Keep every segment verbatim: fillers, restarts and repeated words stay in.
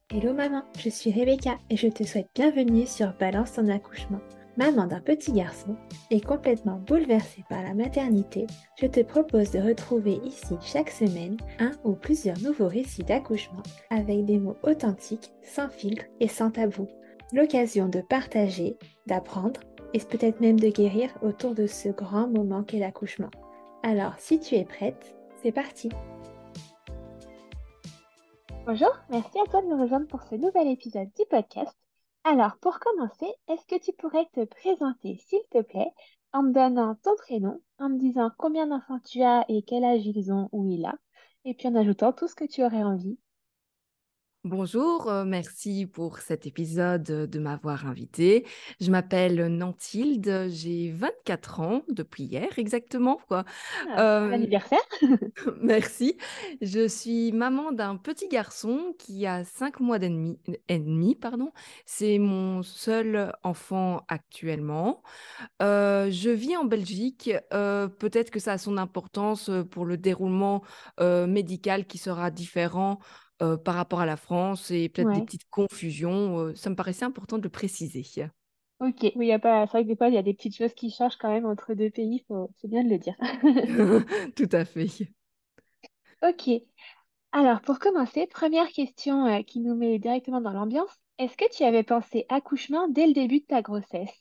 Hello maman, je suis Rebecca et je te souhaite bienvenue sur Balance ton accouchement. Maman d'un petit garçon et complètement bouleversée par la maternité, je te propose de retrouver ici chaque semaine un ou plusieurs nouveaux récits d'accouchement avec des mots authentiques, sans filtre et sans tabou. L'occasion de partager, d'apprendre et peut-être même de guérir autour de ce grand moment qu'est l'accouchement. Alors si tu es prête, c'est parti! Bonjour, merci à toi de me rejoindre pour ce nouvel épisode du podcast. Alors, pour commencer, est-ce que tu pourrais te présenter, s'il te plaît, en me donnant ton prénom, en me disant combien d'enfants tu as et quel âge ils ont ou il a, et puis en ajoutant tout ce que tu aurais envie. Bonjour, euh, merci pour cet épisode euh, de m'avoir invitée. Je m'appelle Nanthilde, j'ai vingt-quatre ans depuis hier exactement, quoi. Ah, bon Euh, anniversaire! Merci. Je suis maman d'un petit garçon qui a cinq mois d'ennemi, et demi, pardon. C'est mon seul enfant actuellement. Euh, je vis en Belgique. Euh, peut-être que ça a son importance euh, pour le déroulement euh, médical qui sera différent euh, par rapport à la France et peut-être des Ouais, petites confusions. Euh, ça me paraissait important de le préciser. ok. Oui, y a pas... c'est vrai que des fois, il y a des petites choses qui changent quand même entre deux pays, faut... c'est bien de le dire. Tout à fait. Ok. Alors, pour commencer, première question euh, qui nous met directement dans l'ambiance. Est-ce que tu avais pensé accouchement dès le début de ta grossesse?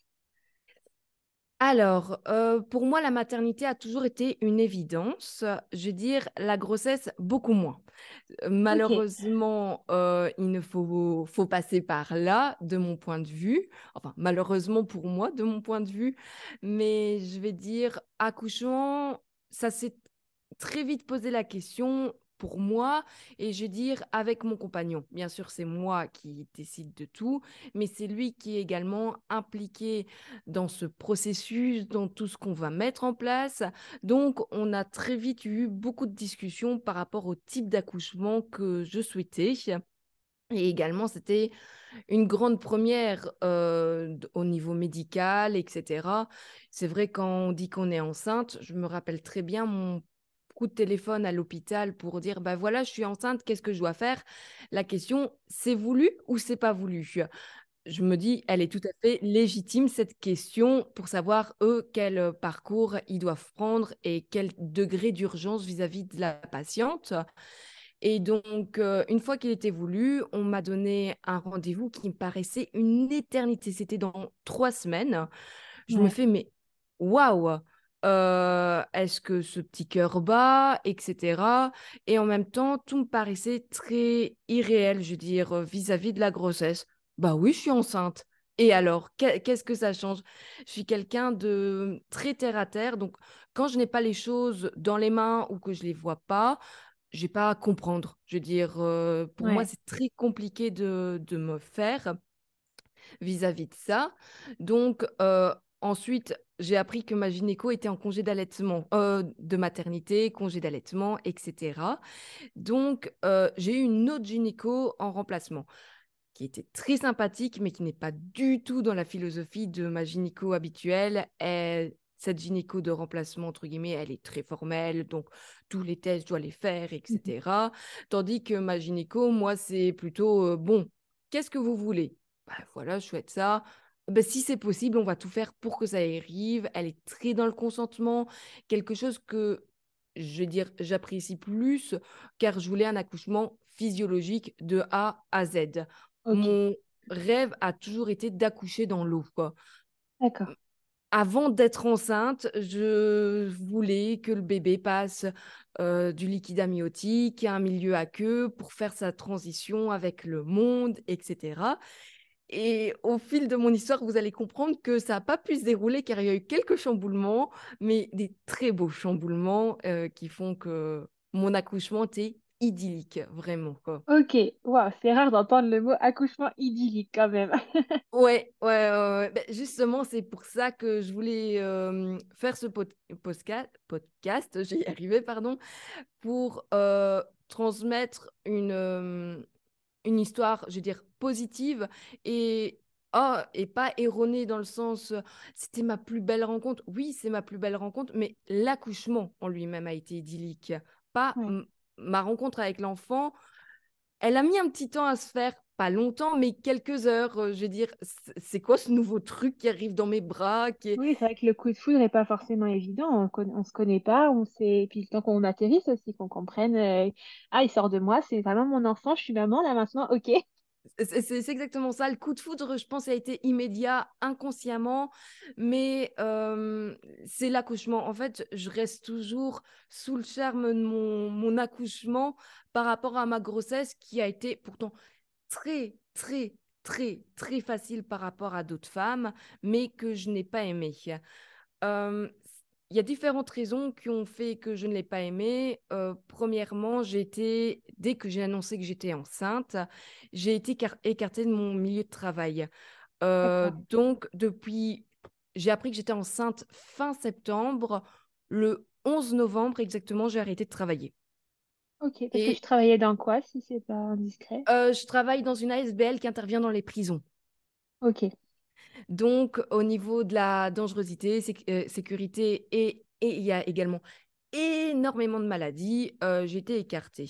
Alors, euh, pour moi, la maternité a toujours été une évidence. Je veux dire, la grossesse, beaucoup moins. Euh, Ok, Malheureusement, euh, il ne faut, faut passer par là, de mon point de vue. Enfin, malheureusement pour moi, de mon point de vue. Mais je vais dire, accouchement, ça s'est très vite posé la question pour moi et je vais dire avec mon compagnon. Bien sûr, c'est moi qui décide de tout, mais c'est lui qui est également impliqué dans ce processus, dans tout ce qu'on va mettre en place. Donc, on a très vite eu beaucoup de discussions par rapport au type d'accouchement que je souhaitais. Et également, c'était une grande première euh, d- au niveau médical, et cetera. C'est vrai, quand on dit qu'on est enceinte, je me rappelle très bien mon coup de téléphone à l'hôpital pour dire, bah voilà, je suis enceinte, qu'est-ce que je dois faire? La question, c'est voulu ou c'est pas voulu? Je me dis, elle est tout à fait légitime, cette question, pour savoir, eux, quel euh, parcours ils doivent prendre et quel degré d'urgence vis-à-vis de la patiente. Et donc, euh, une fois qu'il était voulu, on m'a donné un rendez-vous qui me paraissait une éternité. C'était dans trois semaines. Je me ouais, fais, mais waouh! Euh, est-ce que ce petit cœur bat, et cetera. Et en même temps, tout me paraissait très irréel, je veux dire, euh, vis-à-vis de la grossesse. Bah oui, je suis enceinte. Et alors, qu'est- qu'est-ce que ça change? Je suis quelqu'un de très terre à terre, donc quand je n'ai pas les choses dans les mains ou que je les vois pas, j'ai pas à comprendre. Je veux dire, euh, pour moi, ouais, c'est très compliqué de, de me faire vis-à-vis de ça. Donc, euh, ensuite, j'ai appris que ma gynéco était en congé d'allaitement, euh, de maternité, congé d'allaitement, et cetera. Donc, euh, j'ai eu une autre gynéco en remplacement qui était très sympathique, mais qui n'est pas du tout dans la philosophie de ma gynéco habituelle. Elle- cette gynéco de remplacement, entre guillemets, elle est très formelle, donc tous les tests, je dois les faire, mhm, et cetera. Tandis que ma gynéco, moi, c'est plutôt, euh, bon, qu'est-ce que vous voulez? Bah, voilà, je souhaite ça. Ben, si c'est possible, on va tout faire pour que ça arrive. Elle est très dans le consentement, quelque chose que, je veux dire, j'apprécie plus, car je voulais un accouchement physiologique de A à Z. ok, Mon rêve a toujours été d'accoucher dans l'eau, quoi. d'accord. Avant d'être enceinte, je voulais que le bébé passe euh, du liquide amniotique à un milieu aqueux pour faire sa transition avec le monde, et cetera. Et au fil de mon histoire, vous allez comprendre que ça n'a pas pu se dérouler car il y a eu quelques chamboulements, mais des très beaux chamboulements euh, qui font que mon accouchement était idyllique, vraiment, quoi. Ok, waouh, c'est rare d'entendre le mot accouchement idyllique quand même. Ouais, ouais, ouais, ouais. Ben, justement, c'est pour ça que je voulais euh, faire ce pod- posca- podcast, j'y arrivé, pardon, pour euh, transmettre une, euh, une histoire, je veux dire, positive et, oh, et pas erronée dans le sens, euh, c'était ma plus belle rencontre. Oui, c'est ma plus belle rencontre, mais l'accouchement en lui-même a été idyllique. Pas Ouais, m- ma rencontre avec l'enfant. Elle a mis un petit temps à se faire pas longtemps, mais quelques heures. Euh, Je veux dire, c- c'est quoi ce nouveau truc qui arrive dans mes bras qui est... Oui, c'est vrai que le coup de foudre n'est pas forcément évident. On, conna- on se connaît pas, on sait. Et puis le temps qu'on atterrisse aussi, qu'on comprenne. euh, Ah, il sort de moi, c'est vraiment mon enfant, je suis maman là maintenant, ok. C'est c'est- c'est exactement ça. Le coup de foudre, je pense, a été immédiat, inconsciemment, mais euh, c'est l'accouchement. En fait, je reste toujours sous le charme de mon, mon accouchement par rapport à ma grossesse qui a été pourtant très, très, très, très facile par rapport à d'autres femmes, mais que je n'ai pas aimé. Euh, il y a différentes raisons qui ont fait que je ne l'ai pas aimé. Euh, premièrement, j'ai été, dès que j'ai annoncé que j'étais enceinte, j'ai été écar- écartée de mon milieu de travail. Euh, D'accord. donc, depuis, j'ai appris que j'étais enceinte fin septembre. Le onze novembre, exactement, j'ai arrêté de travailler. Ok, parce que tu Et travaillais dans quoi, si c'est pas indiscret? euh, je travaille dans une A S B L qui intervient dans les prisons. Ok, Donc, au niveau de la dangerosité, sé- euh, sécurité et, et il y a également énormément de maladies, euh, j'ai été écartée.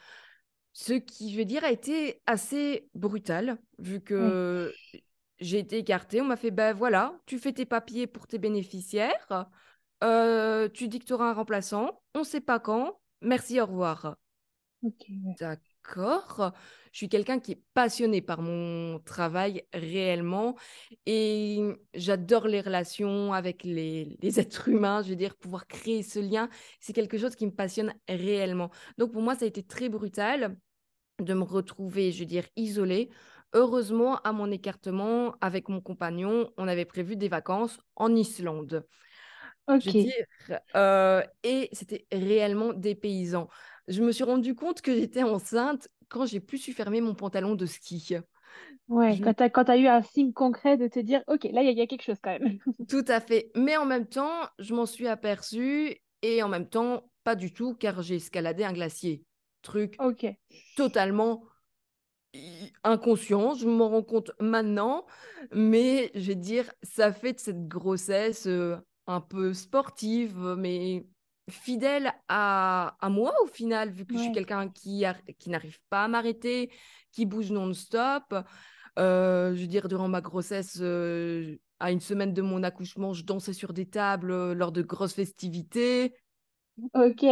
Ce qui, je veux dire, a été assez brutal, vu oui. que j'ai été écartée. On m'a fait, ben voilà, tu fais tes papiers pour tes bénéficiaires, euh, tu dis que tu auras un remplaçant, on ne sait pas quand, merci, au revoir. Ok, ouais. D'accord. Je suis quelqu'un qui est passionné par mon travail réellement et j'adore les relations avec les, les êtres humains. Je veux dire, pouvoir créer ce lien, c'est quelque chose qui me passionne réellement. Donc pour moi, ça a été très brutal de me retrouver, je veux dire, isolée. Heureusement, à mon écartement avec mon compagnon, on avait prévu des vacances en Islande. Je veux Ok, dire, euh, et c'était réellement dépaysant. Je me suis rendu compte que j'étais enceinte quand j'ai plus su fermer mon pantalon de ski. ouais, Je- quand t'as, quand t'as eu un signe concret de te dire, ok, là, il y, a il y a quelque chose quand même. Tout à fait. Mais en même temps, je m'en suis aperçue et en même temps, pas du tout, car j'ai escaladé un glacier. Truc Ok, totalement i- inconscient, je m'en rends compte maintenant, mais je vais dire, ça fait de cette grossesse euh, un peu sportive, mais fidèle à, à moi au final, vu que je suis ouais. quelqu'un qui, a- qui n'arrive pas à m'arrêter, qui bouge non-stop. Euh, je veux dire, durant ma grossesse, euh, à une semaine de mon accouchement, je dansais sur des tables euh, lors de grosses festivités. Ok.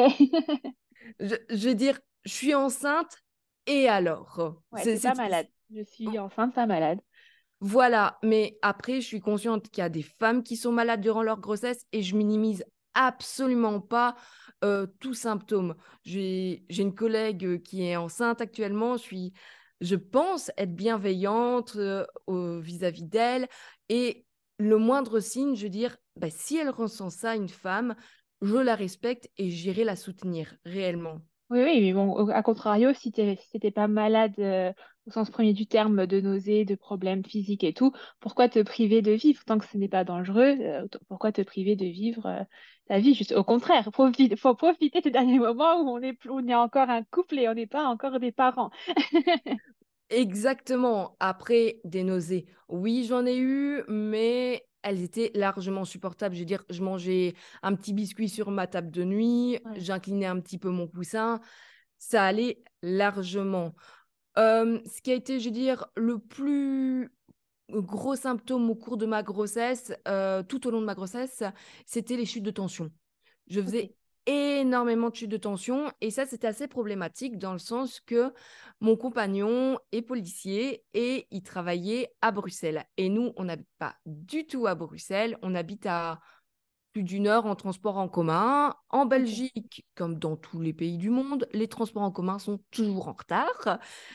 Je, je veux dire, je suis enceinte et alors? Ouais, C'est, t'es pas c'est- malade. Je suis enceinte, pas malade. Voilà, mais après, je suis consciente qu'il y a des femmes qui sont malades durant leur grossesse et je minimise absolument pas euh, tout symptôme. J'ai, j'ai une collègue euh, qui est enceinte actuellement, je suis, je pense être bienveillante euh, au- vis-à-vis d'elle et le moindre signe, je veux dire, bah, si elle ressent ça, une femme, je la respecte et j'irai la soutenir réellement. Oui, oui, mais bon, au- à contrario, si t'es, si t'étais pas malade euh, au sens premier du terme, de nausées, de problèmes physiques et tout, pourquoi te priver de vivre tant que ce n'est pas dangereux? euh, t- pourquoi te priver de vivre euh, ta vie? Juste au contraire, profite, faut profiter des derniers moments où on est, on est encore un couple et on n'est pas encore des parents. Exactement. Après, des nausées, oui, j'en ai eu, mais elles étaient largement supportables. Je veux dire, je mangeais un petit biscuit sur ma table de nuit, Ouais. j'inclinais un petit peu mon coussin, ça allait largement. Euh, ce qui a été, je veux dire, le plus gros symptôme au cours de ma grossesse, euh, tout au long de ma grossesse, c'était les chutes de tension. Je Ok. faisais énormément de chutes de tension et ça, c'était assez problématique dans le sens que mon compagnon est policier et il travaillait à Bruxelles. Et nous, on n'habite pas du tout à Bruxelles, on habite à plus d'une heure en transport en commun. En Ok. Belgique, comme dans tous les pays du monde, les transports en commun sont toujours en retard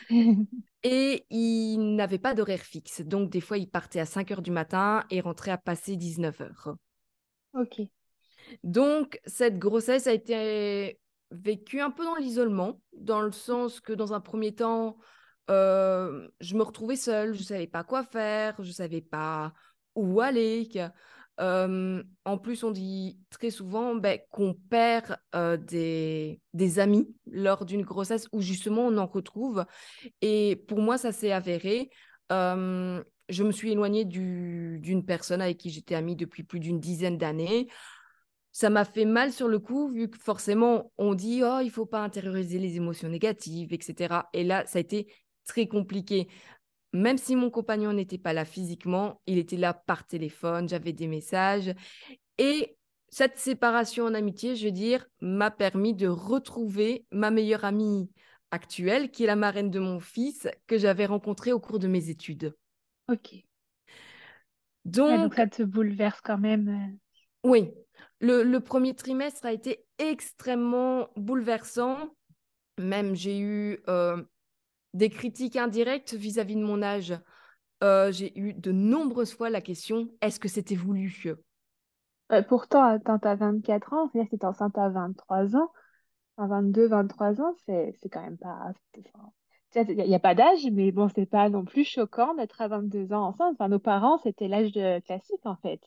et il n'avait pas d'horaire fixe. Donc, des fois, il partait à cinq heures du matin et rentrait à passer dix-neuf heures. Ok. Donc, cette grossesse a été vécue un peu dans l'isolement, dans le sens que dans un premier temps, euh, je me retrouvais seule, je ne savais pas quoi faire, je ne savais pas où aller. Euh, en plus, on dit très souvent ben, qu'on perd euh, des, des amis lors d'une grossesse où justement on en retrouve. Et pour moi, ça s'est avéré. Euh, je me suis éloignée du- d'une personne avec qui j'étais amie depuis plus d'une dizaine d'années. Ça m'a fait mal sur le coup, vu que forcément, on dit, oh, il faut pas intérioriser les émotions négatives, et cetera. Et là, ça a été très compliqué. même si mon compagnon n'était pas là physiquement, il était là par téléphone, j'avais des messages. Et cette séparation en amitié, je veux dire, m'a permis de retrouver ma meilleure amie actuelle, qui est la marraine de mon fils, que j'avais rencontrée au cours de mes études. Ok. Ouais, donc Donc, ça te bouleverse quand même. euh. oui, le, le premier trimestre a été extrêmement bouleversant. Même j'ai eu euh, des critiques indirectes vis-à-vis de mon âge. Euh, j'ai eu de nombreuses fois la question, est-ce que c'était voulu? Euh, pourtant, attends, t'as vingt-quatre ans, c'est-à-dire que t'es enceinte à vingt-trois ans. Enfin, vingt-deux, vingt-trois ans, c'est c'est quand même pas. Enfin, il n'y a, y a pas d'âge, mais bon, c'est pas non plus choquant d'être à vingt-deux ans enceinte. Enfin, nos parents, c'était l'âge de- classique en fait.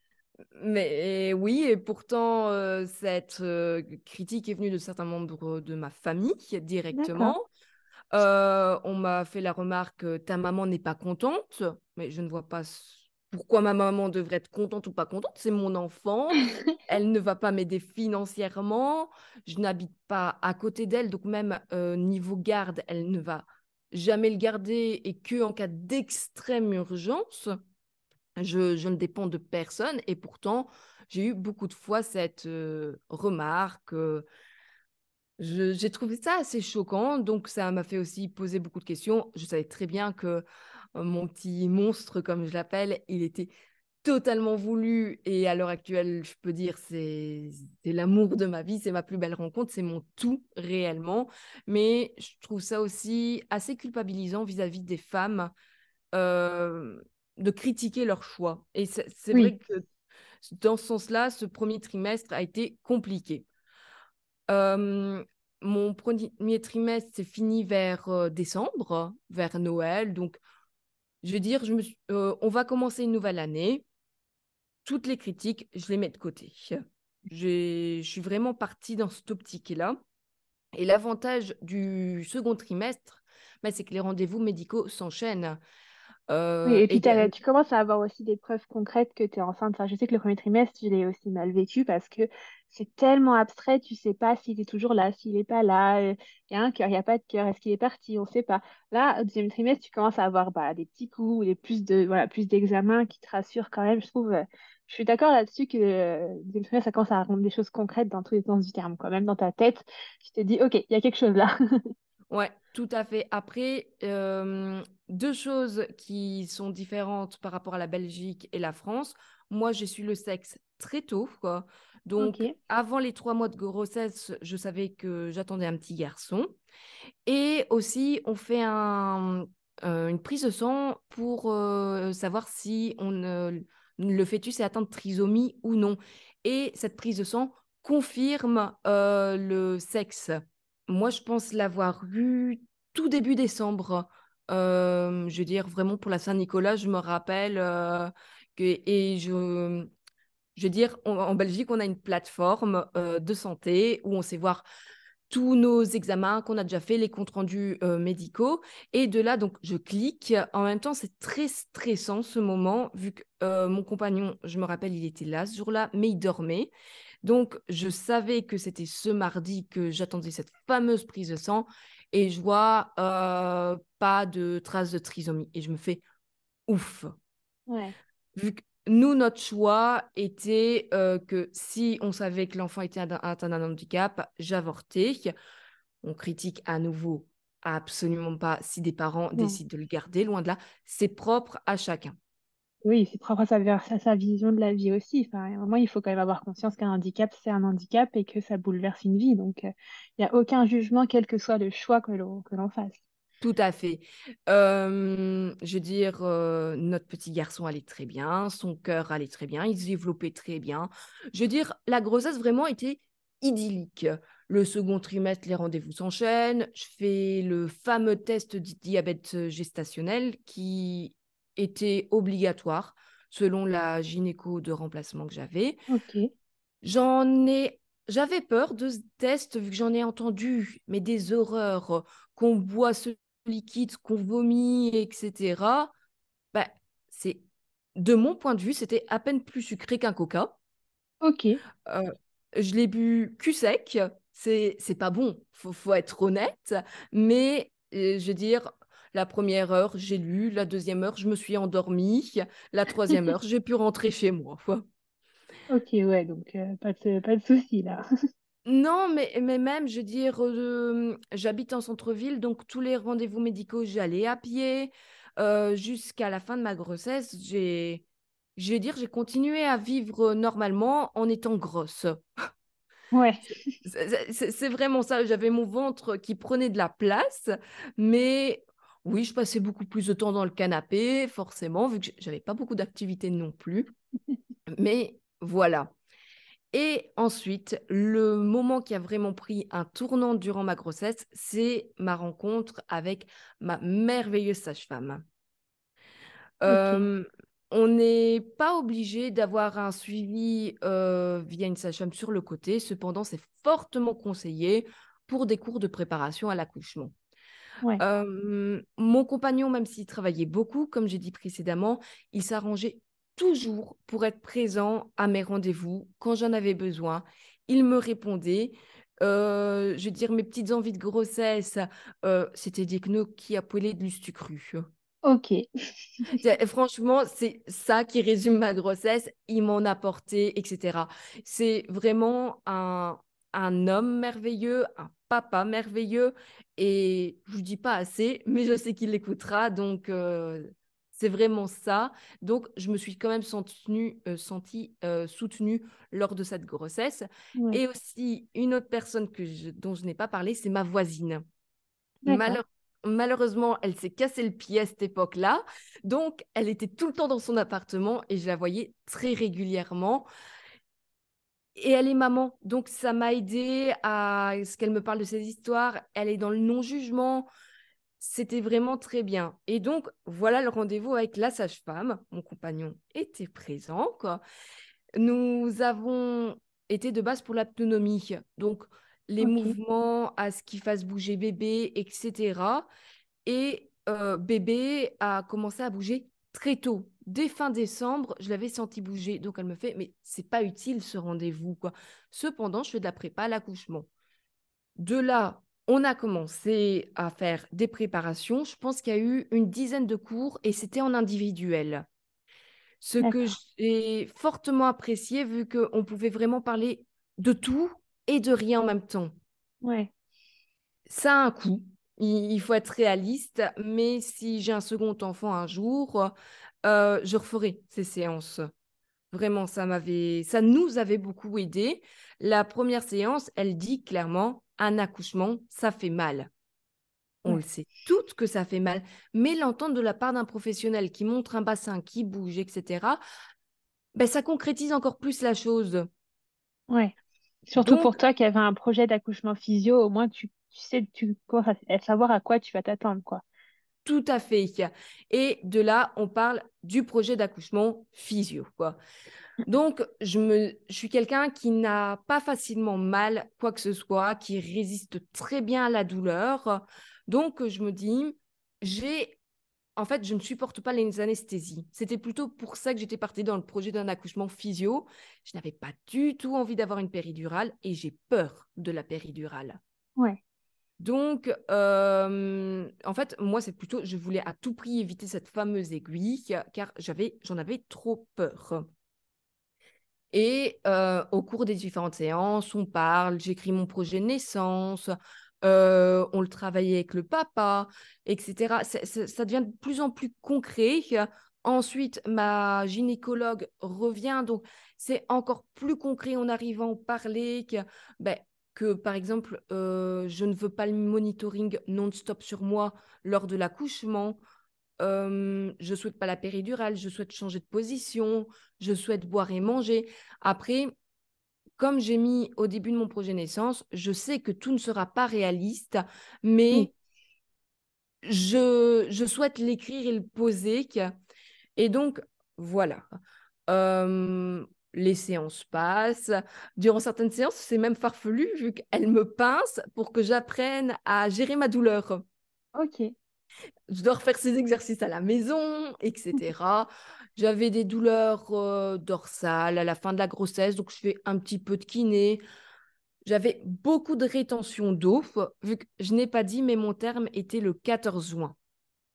Mais oui, et pourtant, euh, cette euh, critique est venue de certains membres de ma famille D'accord. directement. Euh, on m'a fait la remarque, euh, ta maman n'est pas contente, mais je ne vois pas s- pourquoi ma maman devrait être contente ou pas contente. C'est mon enfant, elle ne va pas m'aider financièrement, je n'habite pas à côté d'elle, donc même euh, niveau garde, elle ne va jamais le garder et que en cas d'extrême urgence. Je, je ne dépends de personne et pourtant, j'ai eu beaucoup de fois cette euh, remarque. euh, je- j'ai trouvé ça assez choquant, donc ça m'a fait aussi poser beaucoup de questions. Je savais très bien que euh, mon petit monstre, comme je l'appelle, il était totalement voulu et à l'heure actuelle, je peux dire, c'est c'est l'amour de ma vie, c'est ma plus belle rencontre, c'est mon tout réellement. Mais je trouve ça aussi assez culpabilisant vis-à-vis des femmes euh, de critiquer leur choix. Et c'est c'est vrai Oui. que dans ce sens-là, ce premier trimestre a été compliqué. Euh, Mon premier trimestre s'est fini vers euh, décembre, vers Noël. Donc, je veux dire, je me suis- euh, on va commencer une nouvelle année. Toutes les critiques, je les mets de côté. J'ai- Je suis vraiment partie dans cette optique-là. Et l'avantage du second trimestre, bah, c'est que les rendez-vous médicaux s'enchaînent. Oui, Euh, et puis t'as- également, tu commences à avoir aussi des preuves concrètes que tu es enceinte. Enfin, je sais que le premier trimestre, je l'ai aussi mal vécu parce que c'est tellement abstrait, tu sais pas s'il est toujours là, s'il est pas là, il y a un cœur, il n'y a pas de cœur, est-ce qu'il est parti, on sait pas. Là, au deuxième trimestre, tu commences à avoir bah, des petits coups, ou des plus de voilà, plus d'examens qui te rassurent quand même. Je trouve, euh, je suis d'accord là-dessus que euh, le deuxième trimestre, ça commence à rendre des choses concrètes dans tous les sens du terme. Quand même, dans ta tête, tu te dis, ok, il y a quelque chose là. ouais, tout à fait. Après, euh, deux choses qui sont différentes par rapport à la Belgique et la France. Moi, j'ai su le sexe très tôt, quoi. Donc, Ok. avant les trois mois de grossesse, je savais que j'attendais un petit garçon. Et aussi, on fait un, euh, une prise de sang pour euh, savoir si on, euh, le fœtus est atteint de trisomie ou non. Et cette prise de sang confirme euh, le sexe. Moi, je pense l'avoir eu tout début décembre. Euh, je veux dire, vraiment pour la Saint-Nicolas, je me rappelle euh, que, et je, je veux dire, on- en Belgique, on a une plateforme euh, de santé où on sait voir tous nos examens qu'on a déjà fait, les comptes rendus euh, médicaux. Et de là, donc, je clique. En même temps, c'est très stressant ce moment, vu que euh, mon compagnon, je me rappelle, il était là ce jour-là, mais il dormait. Donc, je savais que c'était ce mardi que j'attendais cette fameuse prise de sang. Et je vois euh, pas de traces de trisomie. Et je me fais ouf. Ouais. Vu que nous, notre choix était euh, que si on savait que l'enfant était atteint atteint d'un handicap, j'avortais. On critique à nouveau absolument pas si des parents Non. décident de le garder, loin de là. C'est propre à chacun. Oui, c'est propre à sa, vers- à sa vision de la vie aussi. Enfin, à un moment, il faut quand même avoir conscience qu'un handicap, c'est un handicap et que ça bouleverse une vie. Donc, euh, il n'y a aucun jugement, quel que soit le choix que l'on que l'on fasse. Tout à fait. Euh, je veux dire, euh, notre petit garçon allait très bien, son cœur allait très bien, il se développait très bien. Je veux dire, la grossesse vraiment était idyllique. Le second trimestre, les rendez-vous s'enchaînent. Je fais le fameux test du diabète gestationnel qui était obligatoire selon la gynéco de remplacement que j'avais. Ok. J'en ai, j'avais peur de ce test vu que j'en ai entendu, mais des horreurs, qu'on boit ce liquide, qu'on vomit, et cetera. Bah, c'est, de mon point de vue, c'était à peine plus sucré qu'un coca. Ok. Euh, je l'ai bu cul sec, c'est, c'est pas bon, faut, faut être honnête, mais euh, je veux dire, La première heure, j'ai lu. La deuxième heure, je me suis endormie. La troisième heure, j'ai pu rentrer chez moi, quoi. Ok, ouais, donc euh, pas de, pas de souci là. Non, mais, mais même, je veux dire, euh, j'habite en centre-ville, donc tous les rendez-vous médicaux, j'allais à pied. Euh, jusqu'à la fin de ma grossesse, j'ai, je vais dire, j'ai continué à vivre normalement en étant grosse. Ouais, C'est c'est- c'est vraiment ça. J'avais mon ventre qui prenait de la place, mais oui, je passais beaucoup plus de temps dans le canapé, forcément, vu que j'avais pas beaucoup d'activité non plus. Mais voilà. Et ensuite, le moment qui a vraiment pris un tournant durant ma grossesse, c'est ma rencontre avec ma merveilleuse sage-femme. ok, Euh, on n'est pas obligé d'avoir un suivi euh, via une sage-femme sur le côté. Cependant, c'est fortement conseillé pour des cours de préparation à l'accouchement. ouais, Euh, mon compagnon, même s'il travaillait beaucoup, comme j'ai dit précédemment, il s'arrangeait toujours pour être présent à mes rendez-vous quand j'en avais besoin. Il me répondait. Euh, je veux dire, mes petites envies de grossesse, euh, c'était des gnous qui appelaient de l'ustu cru. ok, C'est- Franchement, c'est ça qui résume ma grossesse. Il m'en a porté, et cetera. C'est vraiment un, un homme merveilleux, un papa merveilleux. Et je ne dis pas assez, mais je sais qu'il l'écoutera. Donc, euh, c'est vraiment ça. Donc, je me suis quand même sentie, euh, sentie euh, soutenue lors de cette grossesse. ouais, Et aussi, une autre personne que je- dont je n'ai pas parlé, c'est ma voisine. d'accord, Malheur- Malheureusement, elle s'est cassé le pied à cette époque-là. Donc, elle était tout le temps dans son appartement et je la voyais très régulièrement. Et elle est maman. Donc, ça m'a aidé à ce qu'elle me parle de ses histoires. Elle est dans le non-jugement. C'était vraiment très bien. Et donc, voilà le rendez-vous avec la sage-femme. Mon compagnon était présent, quoi. Nous avons été de base pour l'autonomie. Donc, les ok, mouvements à ce qu'il fasse bouger bébé, et cetera. Et euh, bébé a commencé à bouger très tôt. Dès fin décembre, je l'avais senti bouger. Donc, elle me fait, mais c'est pas utile ce rendez-vous, quoi. Cependant, je fais de la prépa à l'accouchement. De là, on a commencé à faire des préparations. Je pense qu'il y a eu une dizaine de cours et c'était en individuel. Ce que d'accord, j'ai fortement apprécié, vu qu'on pouvait vraiment parler de tout et de rien en même temps. ouais, Ça a un coût. Il, il faut être réaliste, mais si j'ai un second enfant un jour, euh, je referai ces séances. Vraiment, ça m'avait, ça nous avait beaucoup aidé. La première séance, elle dit clairement, un accouchement, ça fait mal. On le ouais, sait toutes que ça fait mal, mais l'entendre de la part d'un professionnel qui montre un bassin qui bouge, et cetera, ben, ça concrétise encore plus la chose. ouais. Surtout Donc, pour toi qui avais un projet d'accouchement physio, au moins tu, tu sais, tu commences à, à savoir à quoi tu vas t'attendre, quoi. tout à fait. Et de là, on parle du projet d'accouchement physio, quoi. Donc, je, me, je suis quelqu'un qui n'a pas facilement mal, quoi que ce soit, qui résiste très bien à la douleur. Donc, je me dis, j'ai... En fait, je ne supporte pas les anesthésies. C'était plutôt pour ça que j'étais partie dans le projet d'un accouchement physio. Je n'avais pas du tout envie d'avoir une péridurale et j'ai peur de la péridurale. Ouais, Donc, euh, en fait, moi, c'est plutôt, je voulais à tout prix éviter cette fameuse aiguille car j'avais, j'en avais trop peur. Et euh, au cours des différentes séances, on parle, j'écris mon projet de naissance, euh, on le travaille avec le papa, et cetera. C'est- c'est- ça devient de plus en plus concret. Ensuite, ma gynécologue revient, donc c'est encore plus concret. On arrive à en parler que, ben, que par exemple, euh, je ne veux pas le monitoring non-stop sur moi lors de l'accouchement. Euh, je souhaite pas la péridurale, je souhaite changer de position, je souhaite boire et manger. Après, comme j'ai mis au début de mon projet naissance, je sais que tout ne sera pas réaliste, oui, mais je, je souhaite l'écrire et le poser. Et donc, voilà. Euh, les séances passent. Durant certaines séances, c'est même farfelu vu qu'elle me pince pour que j'apprenne à gérer ma douleur. ok, Je dois refaire ces exercices à la maison, et cetera. J'avais des douleurs euh, dorsales à la fin de la grossesse, donc je fais un petit peu de kiné. J'avais beaucoup de rétention d'eau, vu que je n'ai pas dit, mais mon terme était le quatorze juin.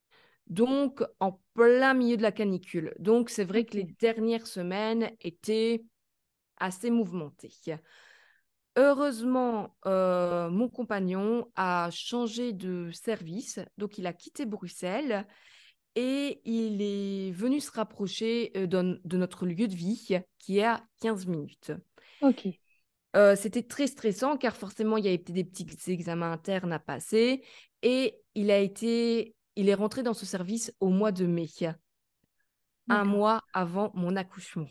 donc en plein milieu de la canicule. Donc, c'est vrai que les Ok. dernières semaines étaient assez mouvementées. Heureusement, euh, mon compagnon a changé de service, donc il a quitté Bruxelles et il est venu se rapprocher euh, de, de notre lieu de vie qui est à quinze minutes. Ok. Euh, c'était très stressant car forcément, il y avait peut-être des petits examens internes à passer et il a été, il est rentré dans ce service au mois de mai, un D'accord. mois avant mon accouchement.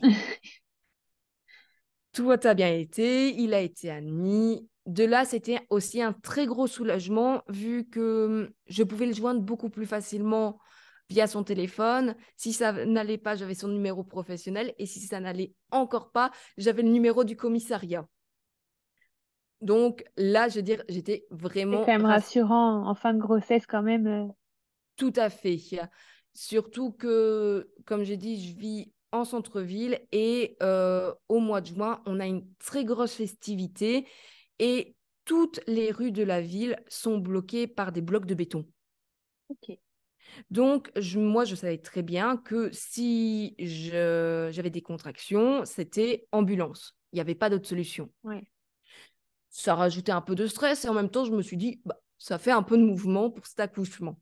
Tout a bien été, il a été admis. De là, c'était aussi un très gros soulagement vu que hum, je pouvais le joindre beaucoup plus facilement via son téléphone. Si ça n'allait pas, j'avais son numéro professionnel et si ça n'allait encore pas, j'avais le numéro du commissariat. Donc là, je veux dire, j'étais C'est quand vraiment même rassurée. rassurant en fin de grossesse quand même. euh. Tout à fait. Surtout que, comme j'ai dit, je vis en centre-ville et euh, au mois de juin, on a une très grosse festivité et toutes les rues de la ville sont bloquées par des blocs de béton. Ok. Donc, je- moi, je savais très bien que si je- j'avais des contractions, c'était ambulance. Il n'y avait pas d'autre solution. Ouais. Ça rajoutait un peu de stress et en même temps, je me suis dit, bah, ça fait un peu de mouvement pour cet accouchement.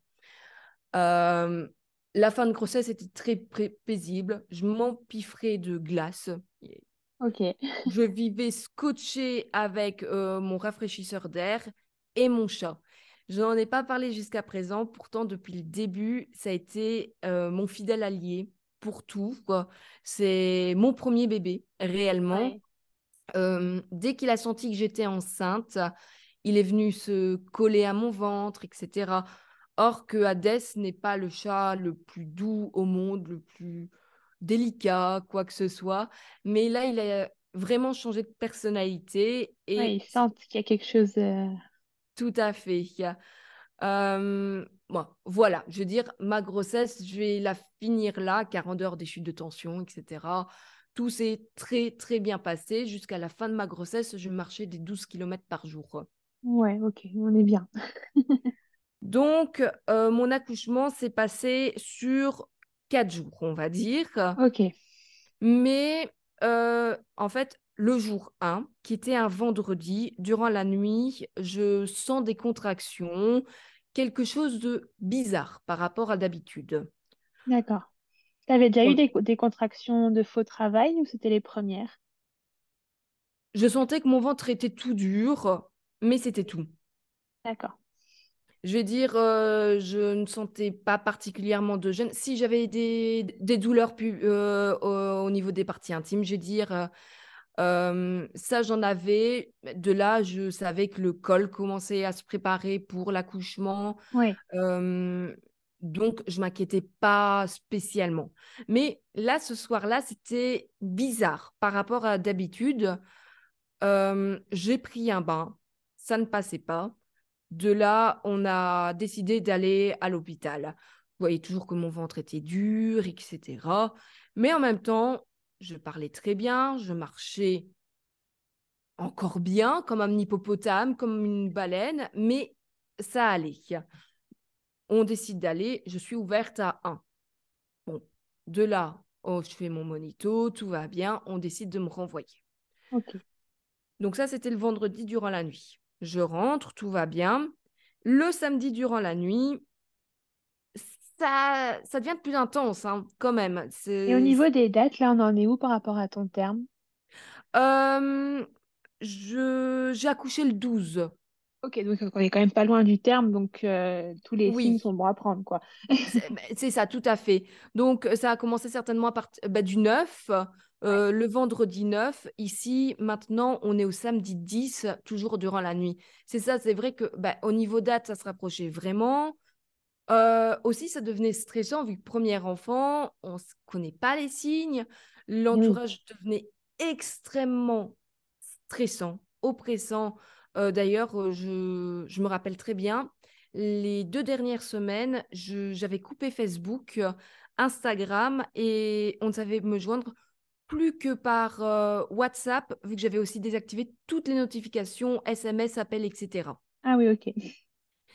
Euh, la fin de grossesse était très pré- paisible. Je m'empiffrais de glace. Ok. Je vivais scotché avec euh, mon rafraîchisseur d'air et mon chat. Je n'en ai pas parlé jusqu'à présent. Pourtant, depuis le début, ça a été euh, mon fidèle allié pour tout, quoi. C'est mon premier bébé, réellement. Ouais. Euh, dès qu'il a senti que j'étais enceinte, il est venu se coller à mon ventre, et cetera. Or que Hadès n'est pas le chat le plus doux au monde, le plus délicat, quoi que ce soit. Mais là, il a vraiment changé de personnalité Ouais, et ils sentent qu'il y a quelque chose. euh, tout à fait. Euh, bon, voilà, je veux dire, ma grossesse, je vais la finir là, car en dehors des chutes de tension, et cetera, tout s'est très, très bien passé. Jusqu'à la fin de ma grossesse, je marchais des douze kilomètres par jour. Ouais, ok, on est bien. Donc, euh, mon accouchement s'est passé sur quatre jours, on va dire. Ok. Mais euh, en fait, le jour un, qui était un vendredi, durant la nuit, je sens des contractions, quelque chose de bizarre par rapport à d'habitude. D'accord. T'avais déjà eu On- des, des contractions de faux travail ou c'était les premières? Je sentais que mon ventre était tout dur, mais c'était tout. D'accord. Je vais dire, euh, je ne sentais pas particulièrement de gêne. Si j'avais des, des douleurs pu- euh, au, au niveau des parties intimes, je vais dire, euh, euh, ça j'en avais. De là, je savais que le col commençait à se préparer pour l'accouchement. Ouais. Euh, donc, je m'inquiétais pas spécialement. Mais là, ce soir-là, c'était bizarre par rapport à d'habitude. Euh, j'ai pris un bain, ça ne passait pas. De là, on a décidé d'aller à l'hôpital. Vous voyez toujours que mon ventre était dur, et cetera. Mais en même temps, je parlais très bien, je marchais encore bien, comme un hippopotame, comme une baleine, mais ça allait. On décide d'aller, je suis ouverte à un. Bon, de là, oh, je fais mon monito, tout va bien, on décide de me renvoyer. Ok. Donc ça, c'était le vendredi durant la nuit. Je rentre, tout va bien. Le samedi durant la nuit, ça, ça devient de plus intense, hein, quand même. Et au C'est, niveau des dates, là, on en est où par rapport à ton terme? Euh, je, j'ai accouché le douze. Ok, donc on est quand même pas loin du terme, donc euh, tous les signes Oui, sont bons à prendre, quoi. c'est c'est ça, tout à fait. Donc, ça a commencé certainement à partir bah, du neuf, Ouais. euh, le vendredi neuf. Ici, maintenant, on est au samedi dix, toujours durant la nuit. C'est ça, c'est vrai que bah, au niveau date, ça se rapprochait vraiment. Euh, aussi, ça devenait stressant vu que premier enfant, on ne connaît pas les signes. Eh oui. L'entourage devenait extrêmement stressant, oppressant. Euh, d'ailleurs, euh, je, je me rappelle très bien, les deux dernières semaines, je- j'avais coupé Facebook, euh, Instagram et on ne savait me joindre plus que par euh, WhatsApp, vu que j'avais aussi désactivé toutes les notifications, S M S, appels, et cetera. Ah oui, ok.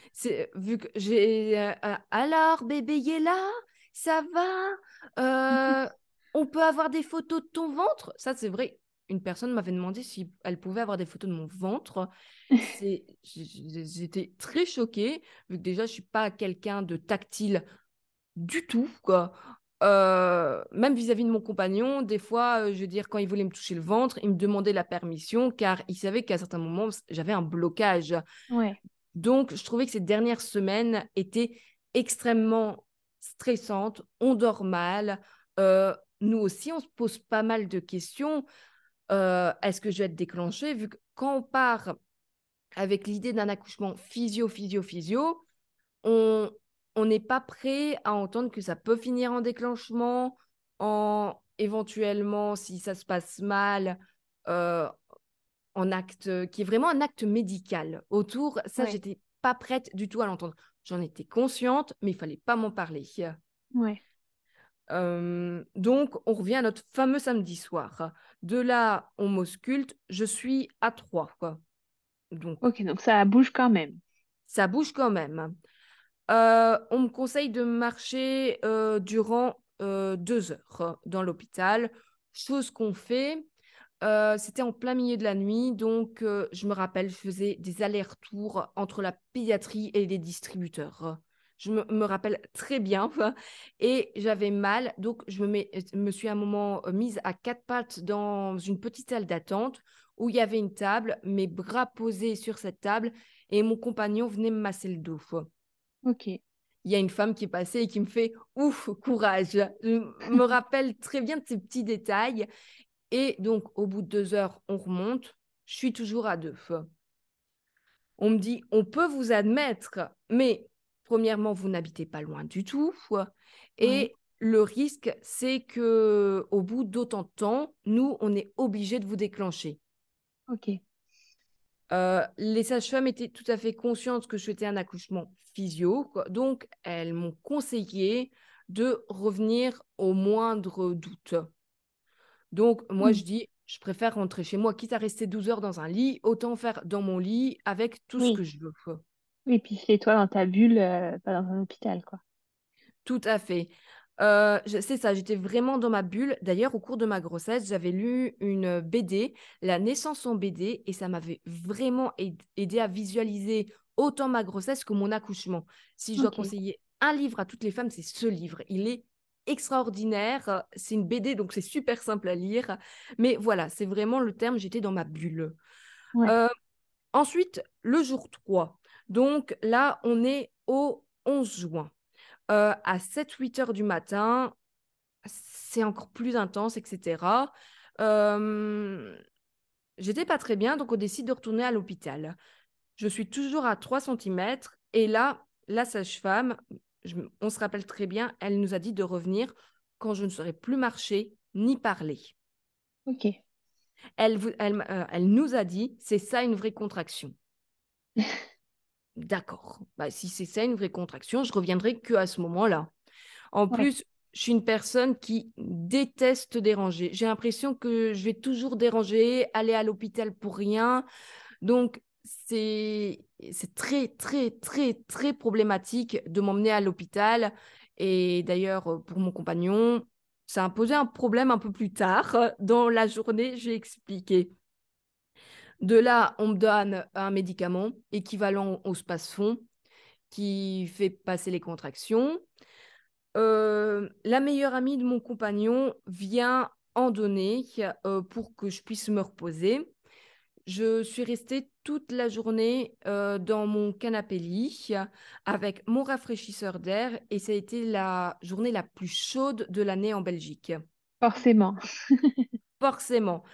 C'est, vu que j'ai... euh, euh, alors, bébé est là? Ça va? Euh, on peut avoir des photos de ton ventre? Ça, c'est vrai. Une personne m'avait demandé si elle pouvait avoir des photos de mon ventre. C'est... j- j- J'étais très choquée, vu que déjà, je suis pas quelqu'un de tactile du tout, quoi. Euh, même vis-à-vis de mon compagnon, des fois, euh, je veux dire, quand il voulait me toucher le ventre, il me demandait la permission, car il savait qu'à certains moments, j'avais un blocage. Ouais, Donc, je trouvais que ces dernières semaines étaient extrêmement stressantes. On dort mal. Euh, nous aussi, on se pose pas mal de questions. Euh, est-ce que je vais être déclenchée? Vu que quand on part avec l'idée d'un accouchement physio, physio, physio, on on n'est pas prêt à entendre que ça peut finir en déclenchement, en éventuellement, si ça se passe mal, euh, en acte qui est vraiment un acte médical autour. Ça, ouais, j'étais pas prête du tout à l'entendre. J'en étais consciente, mais il fallait pas m'en parler. ouais. Euh, donc, on revient à notre fameux samedi soir. De là, on m'ausculte. Je suis à trois, quoi. Donc, Ok, donc ça bouge quand même. ça bouge quand même. Euh, on me conseille de marcher euh, durant euh, deux heures dans l'hôpital, chose qu'on fait. Euh, c'était en plein milieu de la nuit, donc euh, je me rappelle, je faisais des allers-retours entre la pédiatrie et les distributeurs. Je me, me rappelle très bien et j'avais mal, donc je me, mets- me suis à un moment euh, mise à quatre pattes dans une petite salle d'attente où il y avait une table, mes bras posés sur cette table et mon compagnon venait me masser le dos. Ok, Il y a une femme qui est passée et qui me fait ouf, courage. Je me rappelle très bien de ces petits détails. Et donc, au bout de deux heures, on remonte. Je suis toujours à deux. On me dit, on peut vous admettre, mais premièrement, vous n'habitez pas loin du tout. ouais, Et le risque, c'est que au bout d'autant de temps, nous, on est obligé de vous déclencher. ok. Euh, les sages-femmes étaient tout à fait conscientes que je souhaitais un accouchement physio, quoi. Donc elles m'ont conseillé de revenir au moindre doute. Donc moi, Hmm. je dis, je préfère rentrer chez moi, quitte à rester douze heures dans un lit, autant faire dans mon lit avec tout ce que Oui, je veux. oui, puis chez toi dans ta bulle, euh, pas dans un hôpital, quoi. Tout à fait. Euh, je- c'est ça, j'étais vraiment dans ma bulle. D'ailleurs, au cours de ma grossesse, j'avais lu une B D, La naissance en B D, et ça m'avait vraiment aid- aidé à visualiser autant ma grossesse que mon accouchement. Si je dois Ok, conseiller un livre à toutes les femmes, c'est ce livre. Il est extraordinaire. C'est une B D, donc c'est super simple à lire. Mais voilà, c'est vraiment le terme, j'étais dans ma bulle. ouais, Euh, Ensuite, le jour trois. Donc là, on est au onze juin. Euh, à sept huit heures du matin, c'est encore plus intense, et cetera. Euh, J'étais pas très bien, donc on décide de retourner à l'hôpital. Je suis toujours à trois centimètres et là, la sage-femme, je- on se rappelle très bien, elle nous a dit de revenir quand je ne saurais plus marcher ni parler. ok. Elle, vous- elle, euh, elle nous a dit, c'est ça une vraie contraction. D'accord. Bah, si c'est ça une vraie contraction, je reviendrai que à ce moment-là. En Ouais, plus, je suis une personne qui déteste déranger. J'ai l'impression que je vais toujours déranger, aller à l'hôpital pour rien. Donc, c'est c'est très, très, très, très problématique de m'emmener à l'hôpital. Et d'ailleurs, euh, pour mon compagnon, ça a posé un problème un peu plus tard. Dans la journée, j'ai expliqué. De là, on me donne un médicament équivalent au space-fond qui fait passer les contractions. Euh, la meilleure amie de mon compagnon vient en donner euh, pour que je puisse me reposer. Je suis restée toute la journée euh, dans mon canapé lit avec mon rafraîchisseur d'air et ça a été la journée la plus chaude de l'année en Belgique. forcément. Forcément.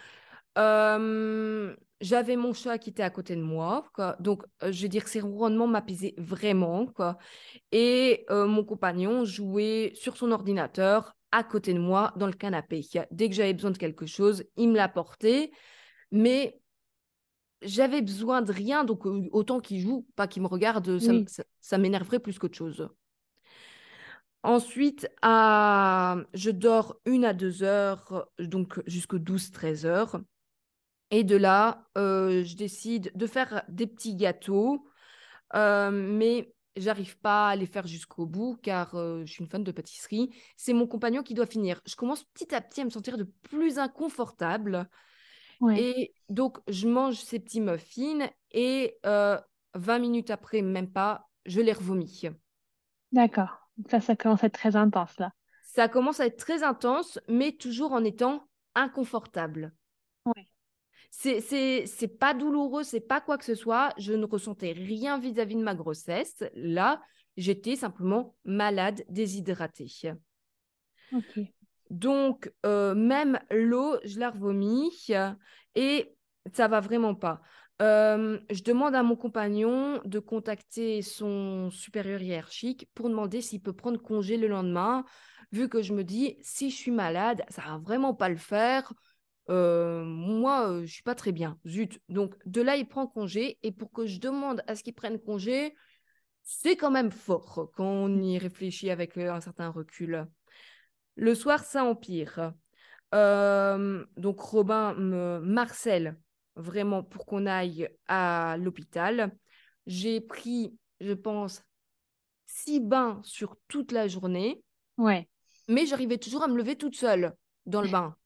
Euh, J'avais mon chat qui était à côté de moi, quoi. Donc, euh, je veux dire, ces ronronnements m'apaisaient vraiment, quoi. Et euh, mon compagnon jouait sur son ordinateur à côté de moi dans le canapé. Dès que j'avais besoin de quelque chose, il me l'apportait. Mais j'avais besoin de rien, donc euh, autant qu'il joue, pas qu'il me regarde, ça, m- Oui, ça, ça m'énerverait plus qu'autre chose. Ensuite, à... je dors une à deux heures, donc jusqu'aux douze treize heures. Et de là, euh, je décide de faire des petits gâteaux Euh, mais j'arrive pas à les faire jusqu'au bout car euh, je suis une fan de pâtisserie. C'est mon compagnon qui doit finir. Je commence petit à petit à me sentir de plus inconfortable. Ouais, Et donc, je mange ces petits muffins et euh, vingt minutes après, même pas, je les revomis. d'accord. Donc ça, ça commence à être très intense là. Ça commence à être très intense, mais toujours en étant inconfortable. Ouais. C'est, c'est, c'est pas douloureux, c'est pas quoi que ce soit. Je ne ressentais rien vis-à-vis de ma grossesse. Là, j'étais simplement malade, déshydratée. Ok. Donc, euh, même l'eau, je la revomis et ça va vraiment pas. Euh, je demande à mon compagnon de contacter son supérieur hiérarchique pour demander s'il peut prendre congé le lendemain, vu que je me dis, si je suis malade, ça va vraiment pas le faire. Euh, moi, euh, je suis pas très bien. Zut. Donc, de là, il prend congé et pour que je demande à ce qu'il prenne congé, c'est quand même fort quand on y réfléchit avec euh, un certain recul. Le soir, ça empire. Euh, donc Robin me marcelle vraiment pour qu'on aille à l'hôpital. J'ai pris, je pense, six bains sur toute la journée, Ouais. mais j'arrivais toujours à me lever toute seule dans le bain.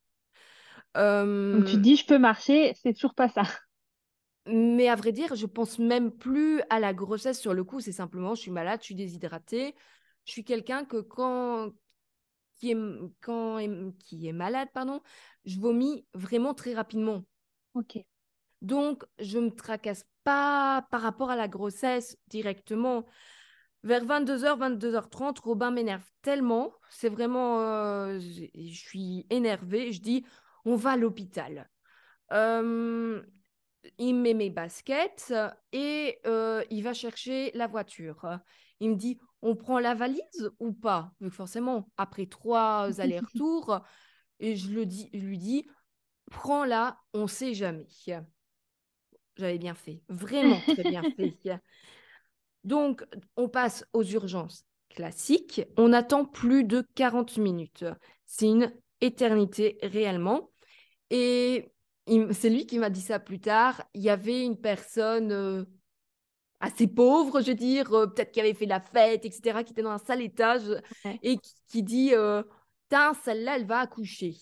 Donc tu te Euh, dis, je peux marcher, c'est toujours pas ça. mais à vrai dire, je pense même plus à la grossesse sur le coup. C'est simplement, je suis malade, je suis déshydratée. Je suis quelqu'un que quand qui est, quand est- qui est malade, pardon, je vomis vraiment très rapidement. Ok. Donc, je ne me tracasse pas par rapport à la grossesse directement. Vers vingt-deux heures, vingt-deux heures trente, Robin m'énerve tellement. C'est vraiment. Euh, je je suis énervée. Je dis, on va à l'hôpital. Euh, il met mes baskets et euh, il va chercher la voiture. Il me dit, on prend la valise ou pas? Vu que forcément, après trois allers-retours, et je, le dis, je lui dis, prends-la, on ne sait jamais. J'avais bien fait, vraiment très bien fait. Donc, on passe aux urgences classiques. On attend plus de quarante minutes. C'est une éternité réellement. Et il- c'est lui qui m'a dit ça plus tard. Il y avait une personne euh, assez pauvre, je veux dire, euh, peut-être qui avait fait la fête, et cetera, qui était dans un sale étage Ouais. et qui, qui dit euh, Tain, celle-là, elle va accoucher.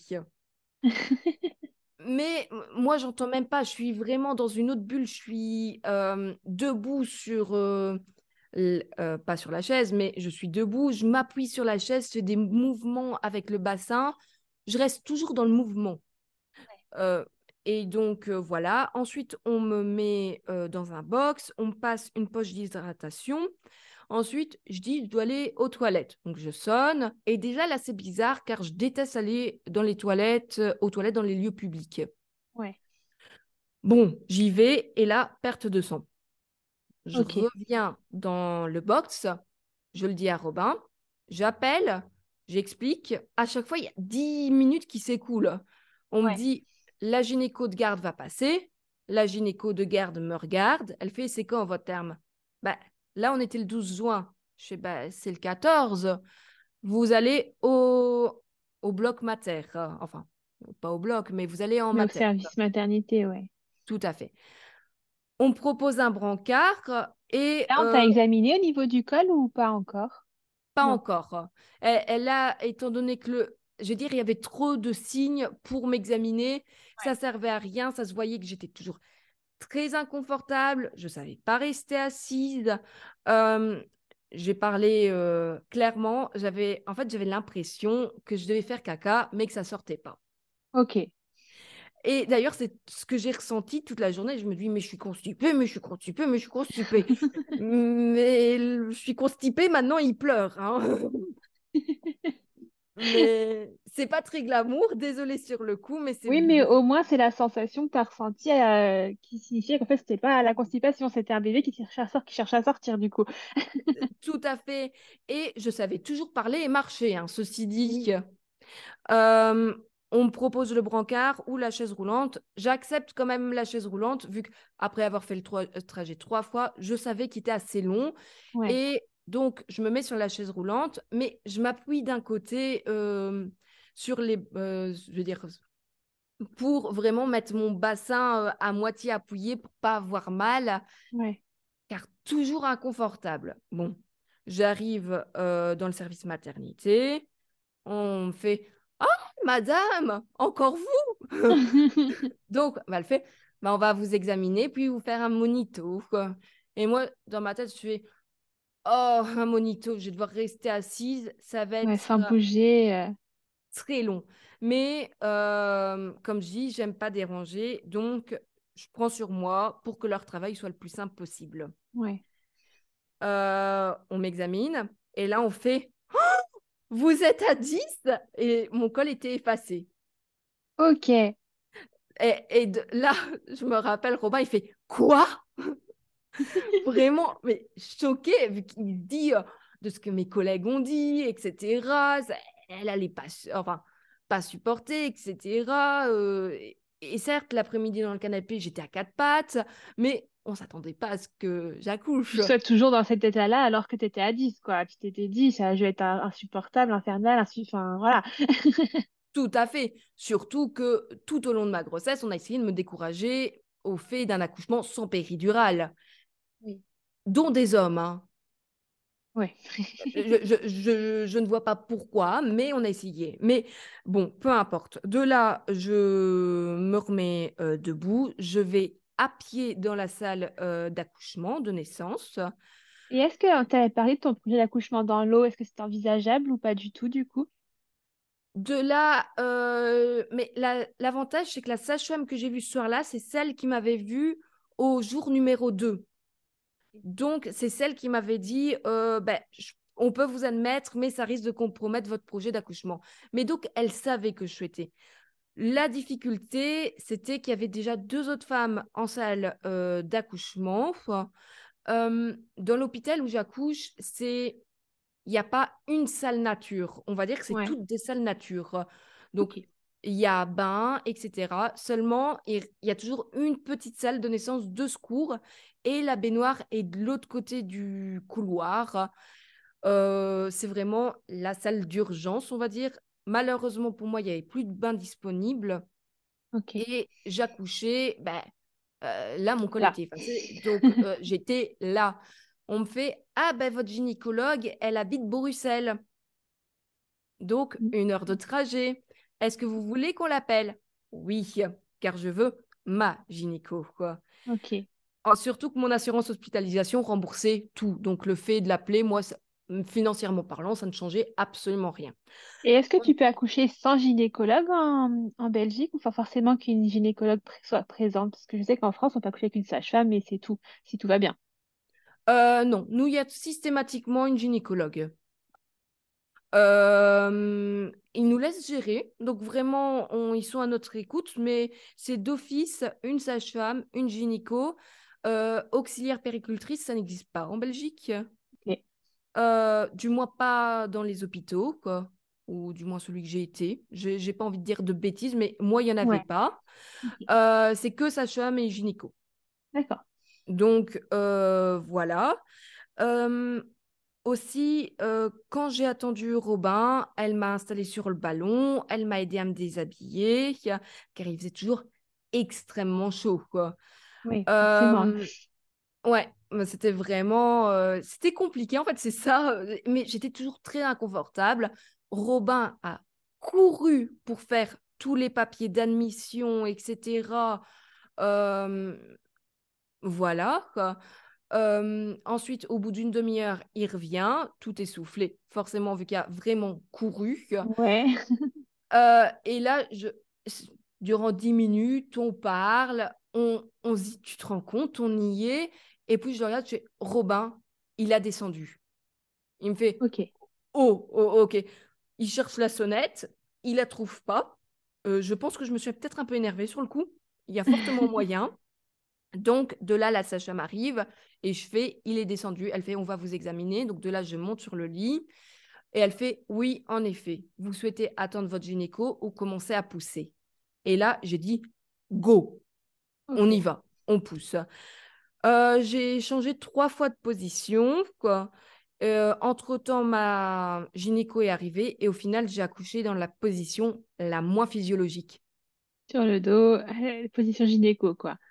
Mais m- moi, j'entends même pas. Je suis vraiment dans une autre bulle. Je suis euh, debout sur, euh, l- euh, pas sur la chaise, mais je suis debout. Je m'appuie sur la chaise, je fais des mouvements avec le bassin. Je reste toujours dans le mouvement. Euh, et donc, euh, voilà. Ensuite, on me met euh, dans un box. On me passe une poche d'hydratation. Ensuite, je dis, je dois aller aux toilettes. Donc, je sonne. Et déjà, là, c'est bizarre car je déteste aller dans les toilettes, euh, aux toilettes dans les lieux publics. Ouais. Bon, j'y vais et là, perte de sang. Je Ok. reviens dans le box, je le dis à Robin, j'appelle, j'explique. À chaque fois, il y a dix minutes qui s'écoulent. On me Ouais. dit, la gynéco de garde va passer. La gynéco de garde me regarde. Elle fait, c'est quand votre terme? Bah, là, on était le douze juin. Je fais, bah, c'est le quatorze. Vous allez au, au bloc mater. Enfin, pas au bloc, mais vous allez en Mais au mater. service maternité, ouais. Tout à fait. On me propose un brancard et Là, on euh, t'a examiné au niveau du col ou pas encore? pas Non. encore. Elle, elle a, étant donné que le, je veux dire, il y avait trop de signes pour m'examiner, ça servait à rien, ça se voyait que j'étais toujours très inconfortable, je savais pas rester assise. Euh, j'ai parlé euh, clairement, j'avais, en fait, j'avais l'impression que je devais faire caca, mais que ça sortait pas. Ok. Et d'ailleurs, c'est ce que j'ai ressenti toute la journée. Je me dis, mais je suis constipée, mais je suis constipée, mais je suis constipée. Mais je suis constipée, maintenant il pleure, hein. Mais c'est pas très glamour, désolée sur le coup, mais c'est Oui, mais au moins, c'est la sensation que tu as ressentie euh, qui signifiait qu'en fait, c'était pas la constipation, c'était un bébé qui cherchait à sortir, qui cherchait à sortir du coup. tout à fait. Et je savais toujours parler et marcher, hein, ceci dit. Oui. Euh, on me propose le brancard ou la chaise roulante. J'accepte quand même la chaise roulante, vu qu'après avoir fait le tra- euh, trajet trois fois, je savais qu'il était assez long. Ouais. Et donc, je me mets sur la chaise roulante, mais je m'appuie d'un côté euh, sur les, euh, je veux dire, pour vraiment mettre mon bassin euh, à moitié appuyé pour pas avoir mal. Ouais. car toujours inconfortable. Bon, j'arrive euh, dans le service maternité, on me fait « Ah, madame, encore vous ?» Donc, bah, elle fait bah, « On va vous examiner, puis vous faire un monito. » quoi. Et moi, dans ma tête, je fais « Oh, un monito, je vais devoir rester assise, ça va Ouais, être sans bouger. euh, très long. » Mais euh, comme je dis, j'aime pas déranger, donc je prends sur moi pour que leur travail soit le plus simple possible. Ouais. Euh, on m'examine, et là, on fait « Vous êtes à dix ?» Et mon col était effacé. Ok. Et, et de, là, je me rappelle, Robin, il fait « Quoi ?» Vraiment, mais choqué, vu qu'il dit euh, de ce que mes collègues ont dit, et cetera. Ça- elle allait pas, su- enfin, pas supporter, et cetera. Euh, et, et certes, l'après-midi dans le canapé, j'étais à quatre pattes, mais on s'attendait pas à ce que Tu j'accouche. sois toujours dans cet état-là alors que tu étais à dix, quoi. Tu t'étais dit, ça va être un- insupportable, infernal, insu... enfin, voilà. Tout à fait. Surtout que tout au long de ma grossesse, on a essayé de me décourager au fait d'un accouchement sans péridurale, Oui. dont des hommes, hein. Ouais. Je, je, je, je ne vois pas pourquoi, mais on a essayé. Mais bon, peu importe. De là, je me remets euh, debout. Je vais à pied dans la salle euh, d'accouchement, de naissance. Et est-ce que tu avais parlé de ton projet d'accouchement dans l'eau? Est-ce que c'est envisageable ou pas du tout, du coup? De là, euh, mais la- l'avantage, c'est que la sage-femme que j'ai vue ce soir-là, c'est celle qui m'avait vue au jour numéro deux. Donc, c'est celle qui m'avait dit, euh, ben, je- on peut vous admettre, mais ça risque de compromettre votre projet d'accouchement. Mais donc, elle savait que je souhaitais. La difficulté, c'était qu'il y avait déjà deux autres femmes en salle euh, d'accouchement. Euh, dans l'hôpital où j'accouche, c'est il n'y a pas une salle nature. On va dire que c'est Ouais. toutes des salles nature. Donc, Ok. il y a bain, et cetera. Seulement, il il y a toujours une petite salle de naissance de secours et la baignoire est de l'autre côté du couloir. Euh, c'est vraiment la salle d'urgence, on va dire. Malheureusement pour moi, il n'y avait plus de bain disponible. Ok. Et j'accouchais, ben, euh, là, mon col Là. était effacé, donc euh, j'étais là. On me fait, ah ben votre gynécologue, elle habite Bruxelles, donc une heure de trajet. Est-ce que vous voulez qu'on l'appelle? Oui, car je veux ma gynéco, quoi. Ok. Ah, surtout que mon assurance hospitalisation remboursait tout, donc le fait de l'appeler, moi, ça- financièrement parlant, ça ne changeait absolument rien. Et est-ce que tu peux accoucher sans gynécologue en, en Belgique ou faut forcément qu'une gynécologue pr- soit présente? Parce que je sais qu'en France, on peut accoucher avec une sage-femme et c'est tout, si tout va bien. Euh, non, nous, il y a systématiquement une gynécologue. Euh, ils nous laissent gérer, donc vraiment, on- ils sont à notre écoute, mais c'est d'office une sage-femme, une gynéco, euh, auxiliaire péricultrice, ça n'existe pas en Belgique. Ok. Euh, du moins pas dans les hôpitaux, quoi, ou du moins celui que j'ai été. J'ai j'ai pas envie de dire de bêtises, mais moi, il n'y en avait Ouais. pas. Ok. Euh, c'est que sage-femme et gynéco. D'accord. Donc, euh, voilà. Euh, Aussi, euh, quand j'ai attendu Robin, elle m'a installée sur le ballon, elle m'a aidé à me déshabiller, car il faisait toujours extrêmement chaud, quoi. Oui, forcément. Euh, ouais, mais c'était vraiment... euh, c'était compliqué, en fait, c'est ça. euh, Mais j'étais toujours très inconfortable. Robin a couru pour faire tous les papiers d'admission, et cetera. Euh, voilà, quoi. Euh, ensuite, au bout d'une demi-heure, il revient, tout essoufflé, forcément, vu qu'il a vraiment couru. Ouais. Euh, et là, je... durant dix minutes, on parle, on, on se dit, tu te rends compte, on y est. Et puis, je le regarde, je fais, Robin, il a descendu. Il me fait, Ok. oh, oh, ok. Il cherche la sonnette, il la trouve pas. Euh, je pense que je me suis peut-être un peu énervée sur le coup. Il y a fortement moyen. Donc, de là, la sage-femme arrive et je fais, il est descendu. Elle fait, on va vous examiner. Donc, de là, je monte sur le lit et elle fait, oui, en effet, vous souhaitez attendre votre gynéco ou commencer à pousser. Et là, j'ai dit, go, on y Ok. va, on pousse. Euh, j'ai changé trois fois de position, quoi. Euh, entre-temps, ma gynéco est arrivée et au final, j'ai accouché dans la position la moins physiologique. Sur le dos, euh, position gynéco, quoi.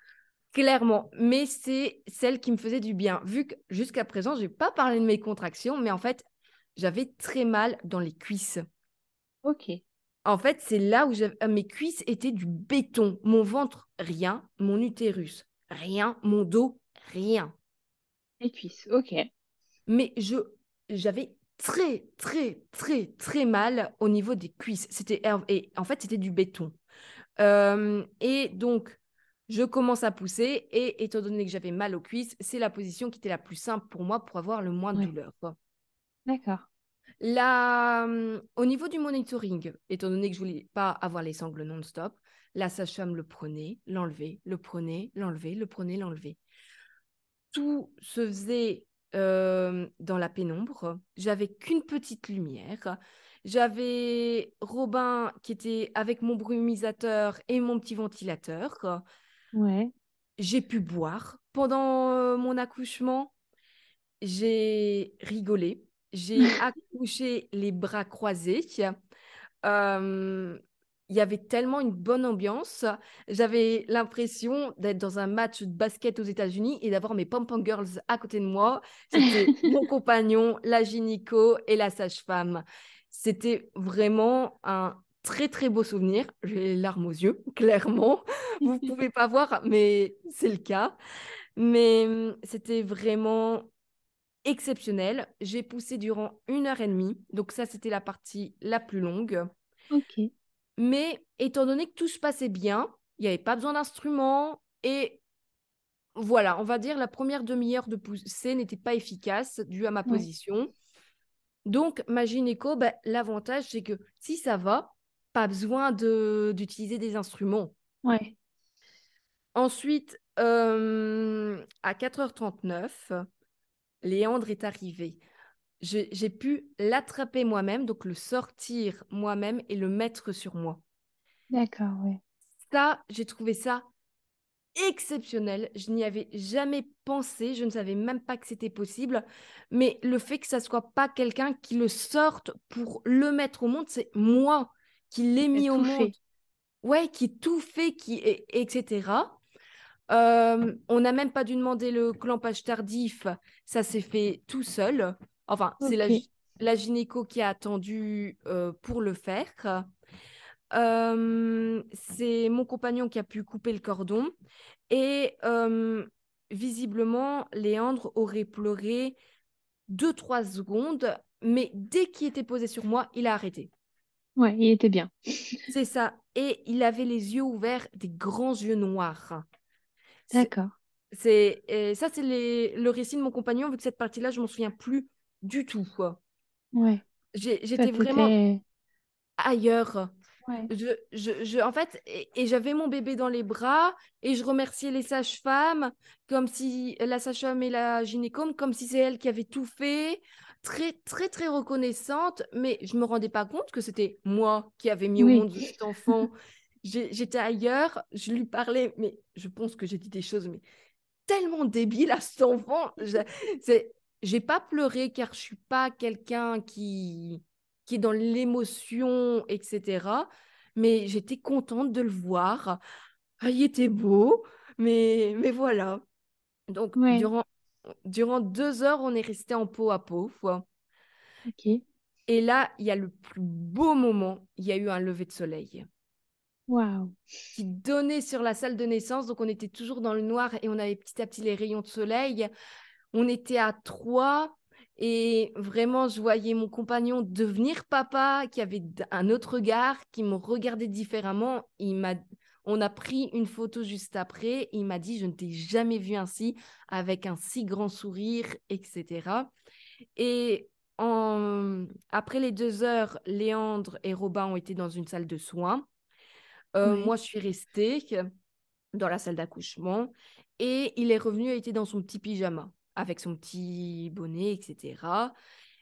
Clairement, mais c'est celle qui me faisait du bien. Vu que jusqu'à présent, je n'ai pas parlé de mes contractions, mais en fait, j'avais très mal dans les cuisses. Ok. En fait, c'est là où j'avais- mes cuisses étaient du béton. Mon ventre, rien. Mon utérus, rien. Mon dos, rien. Les cuisses, ok. Mais je, j'avais très, très, très, très mal au niveau des cuisses. C'était, et en fait, c'était du béton. Euh, et donc, je commence à pousser. Et étant donné que j'avais mal aux cuisses, c'est la position qui était la plus simple pour moi pour avoir le moins de Ouais, douleur, quoi. d'accord. Là, hum, au niveau du monitoring, étant donné que je voulais pas avoir les sangles non-stop, la sage-femme le prenait, l'enlevait, le prenait, l'enlevait, le prenait, l'enlevait. Tout se faisait euh, dans la pénombre. J'avais qu'une petite lumière. J'avais Robin qui était avec mon brumisateur et mon petit ventilateur. Ouais. J'ai pu boire pendant euh, mon accouchement. J'ai rigolé. J'ai accouché les bras croisés. Euh, Il y avait tellement une bonne ambiance. J'avais l'impression d'être dans un match de basket aux États-Unis et d'avoir mes pom-pom girls à côté de moi. C'était mon compagnon, la gynéco et la sage-femme. C'était vraiment un très, très beau souvenir. J'ai les larmes aux yeux, clairement. Vous ne pouvez pas voir, mais c'est le cas. Mais hum, c'était vraiment exceptionnel. J'ai poussé durant une heure et demie. Donc ça, c'était la partie la plus longue. Ok. Mais étant donné que tout se passait bien, il n'y avait pas besoin d'instruments. Et voilà, on va dire la première demi-heure de poussée n'était pas efficace due à ma Ouais. position. Donc, ma gynéco, ben, l'avantage, c'est que si ça va, pas besoin de, d'utiliser des instruments. Ouais. Ensuite, euh, à quatre heures trente-neuf, Léandre est arrivé. Je- j'ai pu l'attraper moi-même, donc le sortir moi-même et le mettre sur moi. D'accord, ouais. Ça, j'ai trouvé ça exceptionnel. Je n'y avais jamais pensé. Je ne savais même pas que c'était possible. Mais le fait que ça soit pas quelqu'un qui le sorte pour le mettre au monde, c'est moi qui l'ai T'as mis au tout monde. fait. Ouais, qui tout fait, qui et- etc. Euh, on n'a même pas dû demander le clampage tardif. Ça s'est fait tout seul. Enfin, c'est la, Ok. gy- la gynéco qui a attendu euh, pour le faire. Euh, c'est mon compagnon qui a pu couper le cordon. Et euh, visiblement, Léandre aurait pleuré deux, trois secondes, mais dès qu'il était posé sur moi, il a arrêté. Ouais, il était bien. C'est ça. Et il avait les yeux ouverts, des grands yeux noirs. C'est, D'accord. c'est, et ça, c'est les- le récit de mon compagnon, vu que cette partie-là, je m'en souviens plus du tout, quoi. Ouais. J'ai- Toi, j'étais vraiment t'étais... ailleurs. Ouais. Je, je, je, en fait, et, et j'avais mon bébé dans les bras et je remerciais les sages-femmes, comme si la sage-femme et la gynécome, comme si c'est elle qui avait tout fait. Très, très, très reconnaissante, mais je me rendais pas compte que c'était moi qui avais mis au Oui. monde cet enfant. J'ai- J'étais ailleurs, je lui parlais, mais je pense que j'ai dit des choses mais tellement débiles à cet enfant. Je, c'est, j'ai pas pleuré car je suis pas quelqu'un qui, qui est dans l'émotion, et cetera. Mais j'étais contente de le voir. Ah, il était beau, mais, mais voilà. Donc, Ouais. durant, durant deux heures, on est resté en peau à peau, quoi. Ok. Et là, il y a le plus beau moment. Il y a eu un lever de soleil Waouh. qui donnait sur la salle de naissance. Donc, on était toujours dans le noir et on avait petit à petit les rayons de soleil. On était à trois et vraiment, je voyais mon compagnon devenir papa, qui avait d- un autre regard, qui me regardait différemment. Il m'a... On a pris une photo juste après. Il m'a dit, je ne t'ai jamais vu ainsi, avec un si grand sourire, et cetera. Et en... après les deux heures, Léandre et Robin ont été dans une salle de soins. Euh, Ouais. moi, je suis restée dans la salle d'accouchement et il est revenu, il était dans son petit pyjama avec son petit bonnet, et cetera.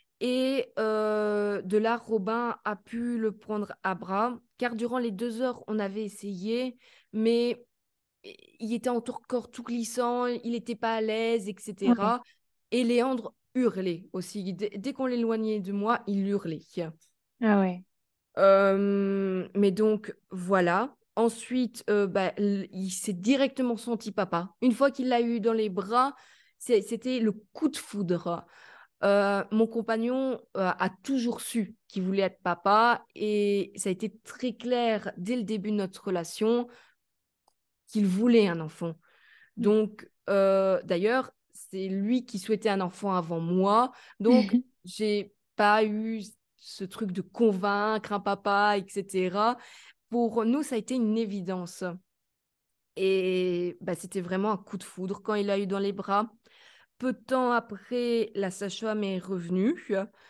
Et euh, de là, Robin a pu le prendre à bras, car durant les deux heures, on avait essayé, mais il était encore tout glissant, il n'était pas à l'aise, Ouais. et cetera. Et Léandre hurlait aussi. Dès, dès qu'on l'éloignait de moi, il hurlait. Ah ouais. Euh, mais donc, voilà. ensuite, euh, bah, l- il s'est directement senti papa. Une fois qu'il l'a eu dans les bras, c'est- c'était le coup de foudre. Euh, mon compagnon euh, a toujours su qu'il voulait être papa et ça a été très clair dès le début de notre relation qu'il voulait un enfant. Ouais. Donc, euh, d'ailleurs, c'est lui qui souhaitait un enfant avant moi. Donc, j'ai pas eu ce truc de convaincre un papa, et cetera. Pour nous, ça a été une évidence. Et bah, c'était vraiment un coup de foudre quand il l'a eu dans les bras. Peu de temps après, la sage-femme est revenue.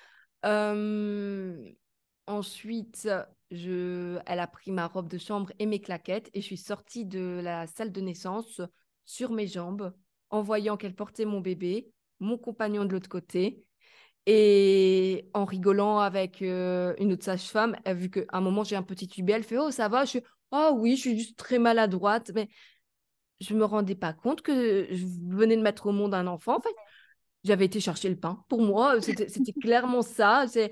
Euh, Ensuite, je... elle a pris ma robe de chambre et mes claquettes et je suis sortie de la salle de naissance sur mes jambes en voyant qu'elle portait mon bébé, mon compagnon de l'autre côté et en rigolant avec euh, une autre sage-femme, elle a vu qu'à un moment j'ai un petit tubé, elle fait «Oh, ça va?» Je suis «Oh oui, je suis juste très maladroite», mais je me rendais pas compte que je venais de mettre au monde un enfant. En fait, j'avais été chercher le pain. Pour moi, c'était c'était clairement ça. C'est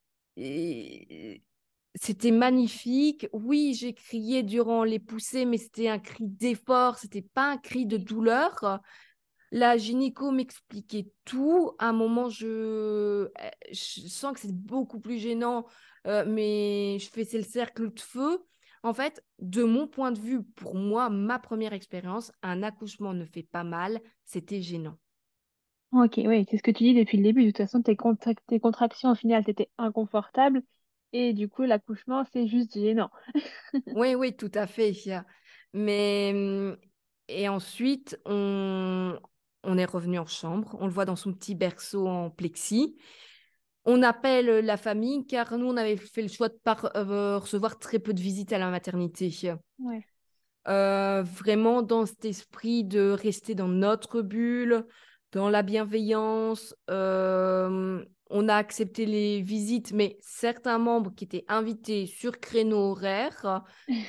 et c'était magnifique. Oui, j'ai crié durant les poussées, mais c'était un cri d'effort, c'était pas un cri de douleur. La gynéco m'expliquait tout. À un moment, je, je sens que c'est beaucoup plus gênant, euh, mais je faisais le cercle de feu. En fait, de mon point de vue, pour moi, ma première expérience, un accouchement ne fait pas mal, c'était gênant. Ok, oui, c'est ce que tu dis depuis le début. De toute façon, tes, contra- tes contractions, au final, t'étais inconfortable. Et du coup, l'accouchement, c'est juste gênant. Oui, oui, tout à fait. Mais hum, et ensuite, on, on est revenu en chambre. On le voit dans son petit berceau en plexi. On appelle la famille car nous, on avait fait le choix de pas re- euh, recevoir très peu de visites à la maternité. Ouais. Euh, vraiment dans cet esprit de rester dans notre bulle, dans la bienveillance. Euh, on a accepté les visites, mais certains membres qui étaient invités sur créneau horaire.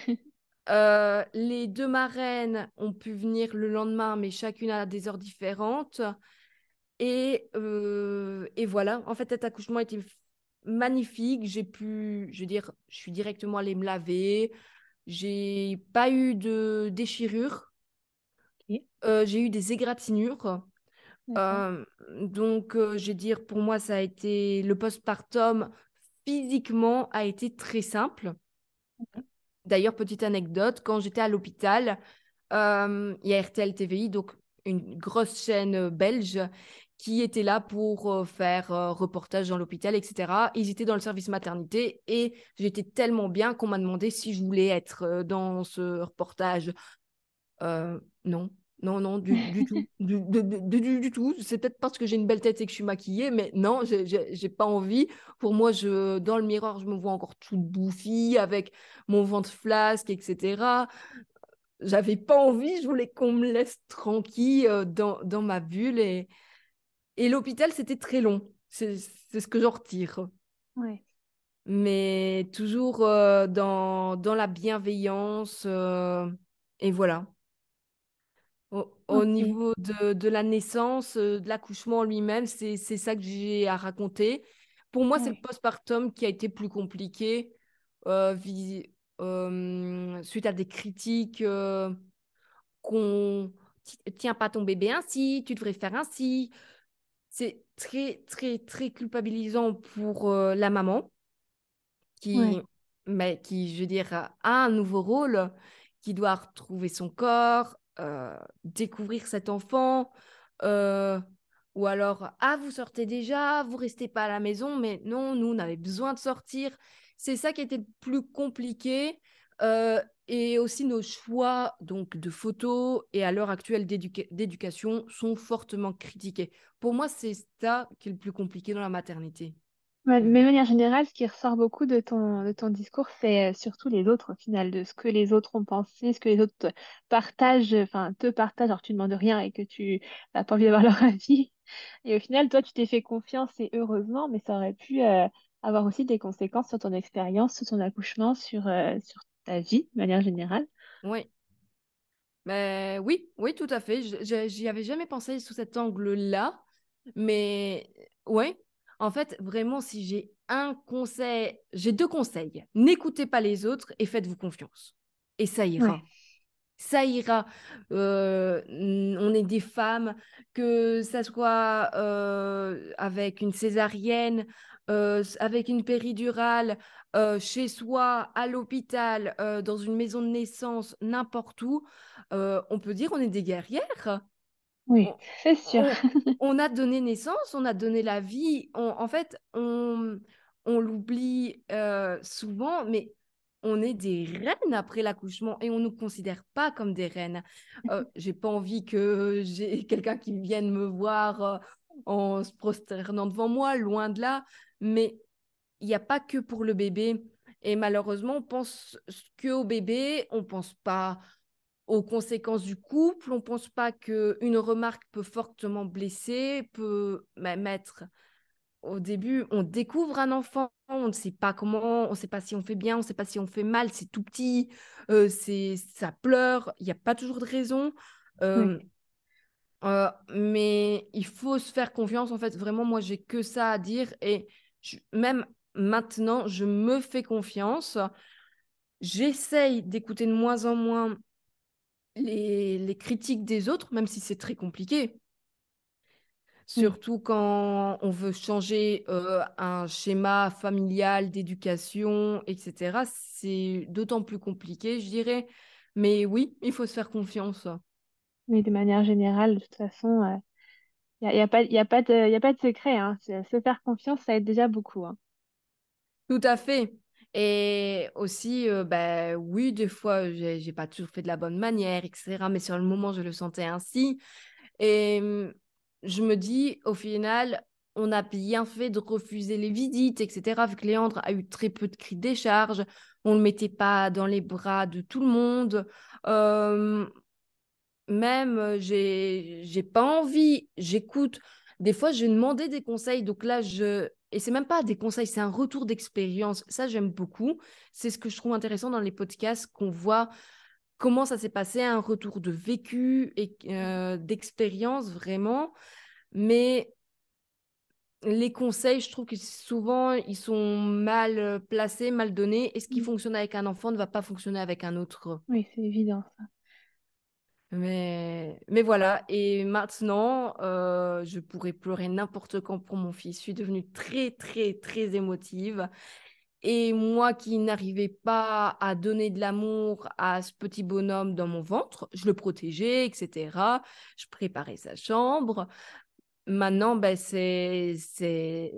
Euh, les deux marraines ont pu venir le lendemain, mais chacune à des heures différentes. Et, euh, et voilà, en fait, cet accouchement était f- magnifique. J'ai pu, je veux dire, je suis directement allée me laver. J'ai pas eu de déchirure. Ok, Euh, j'ai eu des égratignures. d'accord. Euh, donc, euh, je vais dire, pour moi, ça a été le postpartum physiquement a été très simple. Ok. D'ailleurs, petite anecdote, quand j'étais à l'hôpital, euh, il y a R T L T V I, donc une grosse chaîne euh, belge, qui était là pour euh, faire euh, reportage dans l'hôpital, et cetera. Ils étaient dans le service maternité et j'étais tellement bien qu'on m'a demandé si je voulais être euh, dans ce reportage. Euh, non, non, non, du, du tout. Du, de- de- de- du, du tout. C'est peut-être parce que j'ai une belle tête et que je suis maquillée, mais non, j'ai j'ai- j'ai pas envie. Pour moi, je, dans le miroir, je me vois encore toute bouffie avec mon ventre flasque, et cetera. J'avais pas envie, je voulais qu'on me laisse tranquille euh, dans, dans ma bulle. Et, et l'hôpital, c'était très long. C'est c'est ce que j'en retire. Ouais. Mais toujours euh, dans, dans la bienveillance. Euh, et voilà. Au, au Ok. niveau de, de la naissance, euh, de l'accouchement lui-même, c'est, c'est ça que j'ai à raconter. Pour moi, c'est le Ouais. postpartum qui a été plus compliqué euh, vis- euh, suite à des critiques euh, qu'on Ti- tiens pas ton bébé ainsi, tu devrais faire ainsi. C'est très, très, très culpabilisant pour euh, la maman qui, Ouais. mais qui, je veux dire, a un nouveau rôle, qui doit retrouver son corps, euh, découvrir cet enfant, euh, ou alors, ah, vous sortez déjà, vous restez pas à la maison, mais non, nous, on avait besoin de sortir. C'est ça qui était le plus compliqué. euh, et aussi nos choix donc de photos et à l'heure actuelle d'éduca- d'éducation sont fortement critiqués. Pour moi, c'est ça qui est le plus compliqué dans la maternité. Ouais, Mhm. mais de manière générale, ce qui ressort beaucoup de ton, de ton discours, c'est euh, surtout les autres, au final, de ce que les autres ont pensé, ce que les autres te partagent, enfin, te partagent, alors que tu ne demandes rien et que tu n'as pas envie d'avoir leur avis. Et au final, toi, tu t'es fait confiance et heureusement, mais ça aurait pu euh, avoir aussi des conséquences sur ton expérience, sur ton accouchement, sur, euh, sur ta vie, de manière générale. Oui. Mais oui, oui, tout à fait. Je- je- J'y avais jamais pensé sous cet angle-là. Mais ouais, en fait, vraiment, si j'ai un conseil, j'ai deux conseils. N'écoutez pas les autres et faites-vous confiance. et ça Ouais, ira. Ça ira. Euh, on est des femmes, que ça soit euh, avec une césarienne, euh, avec une péridurale, euh, chez soi, à l'hôpital, euh, dans une maison de naissance, n'importe où, euh, on peut dire on est des guerrières. oui, On, c'est sûr. on- on a donné naissance, on a donné la vie. On- en fait, on, on l'oublie euh, souvent, mais on est des reines après l'accouchement et on ne nous considère pas comme des reines. Euh, j'ai pas envie que j'ai quelqu'un qui vienne me voir euh, en se prosternant devant moi, loin de là, mais il n'y a pas que pour le bébé. Et malheureusement, on pense que au bébé, on pense pas aux conséquences du couple. On ne pense pas qu'une remarque peut fortement blesser, peut même être... Au début, on découvre un enfant, on ne sait pas comment, on ne sait pas si on fait bien, on ne sait pas si on fait mal, c'est tout petit, euh, c'est, ça pleure, il n'y a pas toujours de raison. Oui, Euh, euh, mais il faut se faire confiance. En fait, vraiment, moi, j'ai que ça à dire. Et je- même maintenant, je me fais confiance. J'essaye d'écouter de moins en moins les, les critiques des autres, même si c'est très compliqué. oui. Surtout quand on veut changer euh, un schéma familial, d'éducation, et cetera. C'est d'autant plus compliqué, je dirais. Mais oui, il faut se faire confiance. Mais de manière générale, de toute façon, il n'y a, y a pas, y a pas de, y a pas de secret, hein. Se se faire confiance, ça aide déjà beaucoup, hein. Tout à fait. Et aussi, euh, ben oui, des fois, j'ai j'ai pas toujours fait de la bonne manière, et cetera. Mais sur le moment, je le sentais ainsi. Et hum, je me dis, au final, on a bien fait de refuser les visites, et cetera. Vu que Léandre a eu très peu de cris de décharge, on ne le mettait pas dans les bras de tout le monde. Euh, Même, euh, j'ai, j'ai pas envie, j'écoute. Des fois, j'ai demandé des conseils. Donc là, je. Et c'est même pas des conseils, c'est un retour d'expérience. Ça, j'aime beaucoup. C'est ce que je trouve intéressant dans les podcasts, qu'on voit comment ça s'est passé, un retour de vécu et euh, d'expérience vraiment. Mais les conseils, je trouve que souvent, ils sont mal euh, placés, mal donnés. Et ce qui Mm. fonctionne avec un enfant ne va pas fonctionner avec un autre. Oui, c'est évident, ça. Mais, mais voilà, et maintenant, euh, je pourrais pleurer n'importe quand pour mon fils. Je suis devenue très, très, très émotive. Et moi qui n'arrivais pas à donner de l'amour à ce petit bonhomme dans mon ventre, je le protégeais, et cetera. Je préparais sa chambre. Maintenant, ben, c'est, c'est,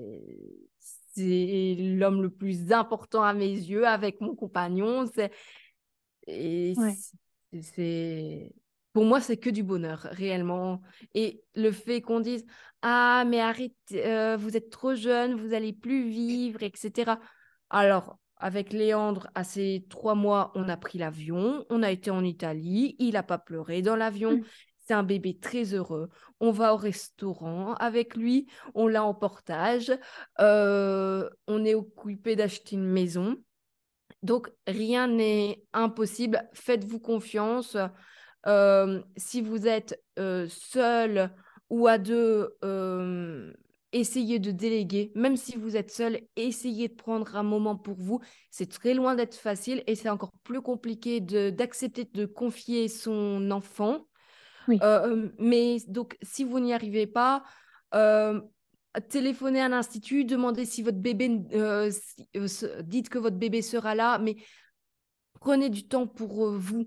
c'est l'homme le plus important à mes yeux avec mon compagnon. C'est, et Ouais. c'est, c'est- pour moi, c'est que du bonheur, réellement. Et le fait qu'on dise, ah, mais arrête, euh, vous êtes trop jeune, vous allez plus vivre, et cetera. Alors, avec Léandre, à ses trois mois, on a pris l'avion, on a été en Italie, il n'a pas pleuré dans l'avion. Mm. C'est un bébé très heureux. On va au restaurant avec lui, on l'a en portage, euh, on est occupé d'acheter une maison. Donc, rien n'est impossible. Faites-vous confiance. Euh, si vous êtes euh, seul ou à deux, euh, essayez de déléguer. Même si vous êtes seul, essayez de prendre un moment pour vous. C'est très loin d'être facile et c'est encore plus compliqué de, d'accepter de confier son enfant. Oui, Euh, mais donc, si vous n'y arrivez pas, euh, téléphonez à l'institut, demandez si votre bébé, euh, si- euh, se- dites que votre bébé sera là, mais prenez du temps pour euh, vous.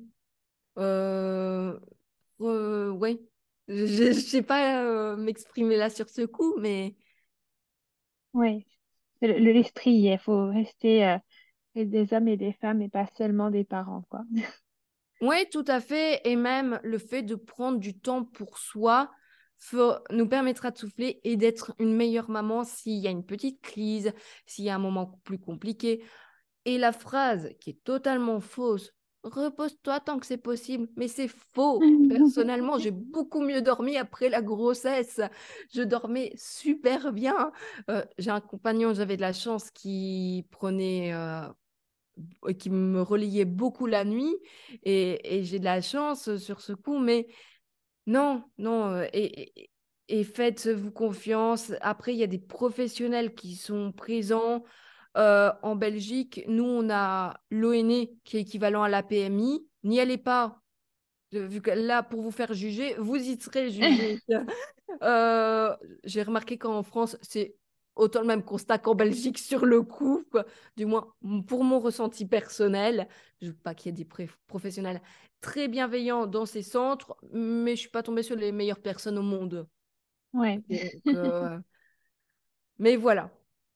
Euh, euh, ouais, je ne sais pas euh, m'exprimer là sur ce coup, mais ouais. Le- le- L'esprit, il faut rester euh, des hommes et des femmes et pas seulement des parents, quoi. oui, tout à fait. Et même le fait de prendre du temps pour soi fe- nous permettra de souffler et d'être une meilleure maman s'il y a une petite crise, s'il y a un moment plus compliqué. Et la phrase qui est totalement fausse, repose-toi tant que c'est possible, mais c'est faux. Personnellement, j'ai beaucoup mieux dormi après la grossesse. Je dormais super bien. Euh, j'ai un compagnon, j'avais de la chance qui prenait, euh, qui me relayait beaucoup la nuit, et, et j'ai de la chance sur ce coup, mais non, non, euh, et, et- et faites-vous confiance. Après, il y a des professionnels qui sont présents. Euh, en Belgique, nous, on a l'O N E qui est équivalent à la P M I. N'y allez pas, euh, vu que là, pour vous faire juger, vous y serez jugé. Euh, j'ai remarqué qu'en France, c'est autant le même constat qu'en Belgique sur le coup, quoi. Du moins, m- pour mon ressenti personnel. Je veux pas qu'il y ait des pré- professionnels très bienveillants dans ces centres, mais je suis pas tombée sur les meilleures personnes au monde. Ouais. Donc, euh, mais voilà.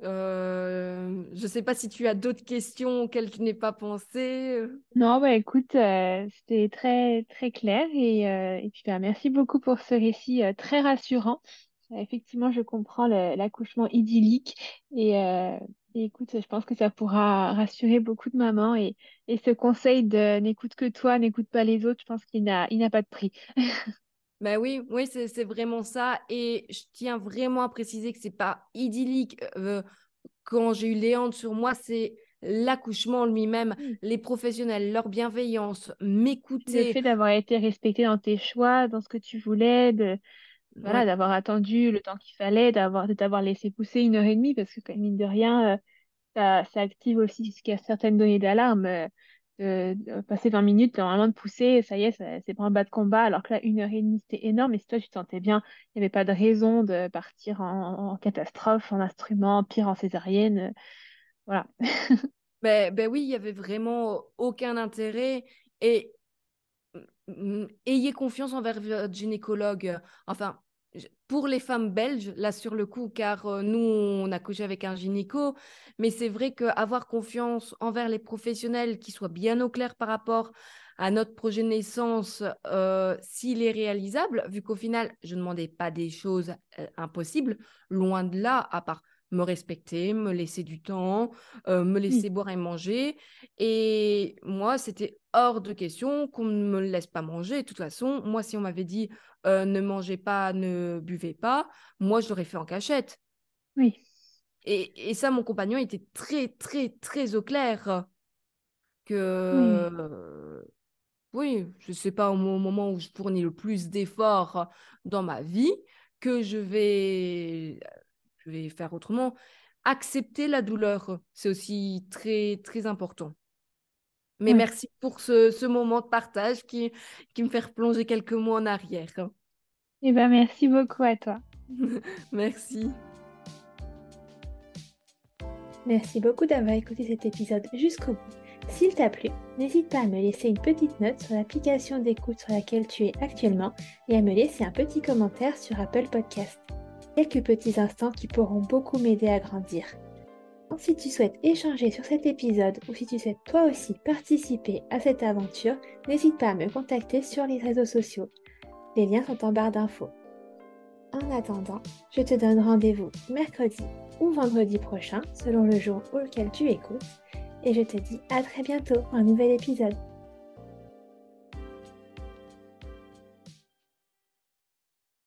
Euh, je sais pas si tu as d'autres questions auxquelles tu n'ai pas pensé. Non, bah écoute, euh, c'était très très clair et, euh, et puis bah, merci beaucoup pour ce récit euh, très rassurant. Euh, effectivement, je comprends le- l'accouchement idyllique et, euh, et écoute, je pense que ça pourra rassurer beaucoup de mamans et, et ce conseil de n'écoute que toi, n'écoute pas les autres, je pense qu'il n'a il n'a pas de prix. Ben oui, oui, c'est c'est vraiment ça. Et je tiens vraiment à préciser que c'est pas idyllique. Euh, quand j'ai eu Léandre sur moi, c'est l'accouchement lui-même, Oui. les professionnels, leur bienveillance, Puis le m'écouter. fait d'avoir été respecté dans tes choix, dans ce que tu voulais, de voilà, Ouais, d'avoir attendu le temps qu'il fallait, d'avoir de t'avoir laissé pousser une heure et demie, parce que quand même, mine de rien. euh, ça, ça active aussi ce qu'il y a certaines données d'alarme. euh, de, de passer vingt minutes, normalement de pousser, ça y est, ça- c'est pas un bas de combat, alors que là, une heure et demie, c'était énorme. Et si toi, tu te sentais bien, il n'y avait pas de raison de partir en, en catastrophe, en instrument, pire en césarienne. euh, voilà. ben, ben oui, il y avait vraiment aucun intérêt. Et mm, ayez confiance envers votre gynécologue. Enfin, je- pour les femmes belges, là sur le coup, car euh, nous, on a couché avec un gynéco, mais c'est vrai qu'avoir confiance envers les professionnels qui soient bien au clair par rapport à notre projet de naissance, euh, s'il est réalisable, vu qu'au final, je ne demandais pas des choses euh, impossibles, loin de là, à part me respecter, me laisser du temps, euh, me laisser Oui, boire et manger. Et moi, c'était hors de question qu'on ne me laisse pas manger. De toute façon, moi, si on m'avait dit euh, ne mangez pas, ne buvez pas, moi, je l'aurais fait en cachette. oui, Et, et ça, mon compagnon était très, très, très au clair que, oui, euh, oui, je ne sais pas au mo- moment où je fournis le plus d'efforts dans ma vie, que je vais, je vais faire autrement. Accepter la douleur, c'est aussi très, très important. Mais oui. merci pour ce, ce moment de partage qui, qui me fait replonger quelques mois en arrière. Eh ben, merci beaucoup à toi. Merci. Merci beaucoup d'avoir écouté cet épisode jusqu'au bout. S'il t'a plu, n'hésite pas à me laisser une petite note sur l'application d'écoute sur laquelle tu es actuellement et à me laisser un petit commentaire sur Apple Podcast. Quelques petits instants qui pourront beaucoup m'aider à grandir. Si tu souhaites échanger sur cet épisode ou si tu souhaites toi aussi participer à cette aventure, n'hésite pas à me contacter sur les réseaux sociaux. Les liens sont en barre d'infos. En attendant, je te donne rendez-vous mercredi ou vendredi prochain, selon le jour auquel tu écoutes, et je te dis à très bientôt pour un nouvel épisode.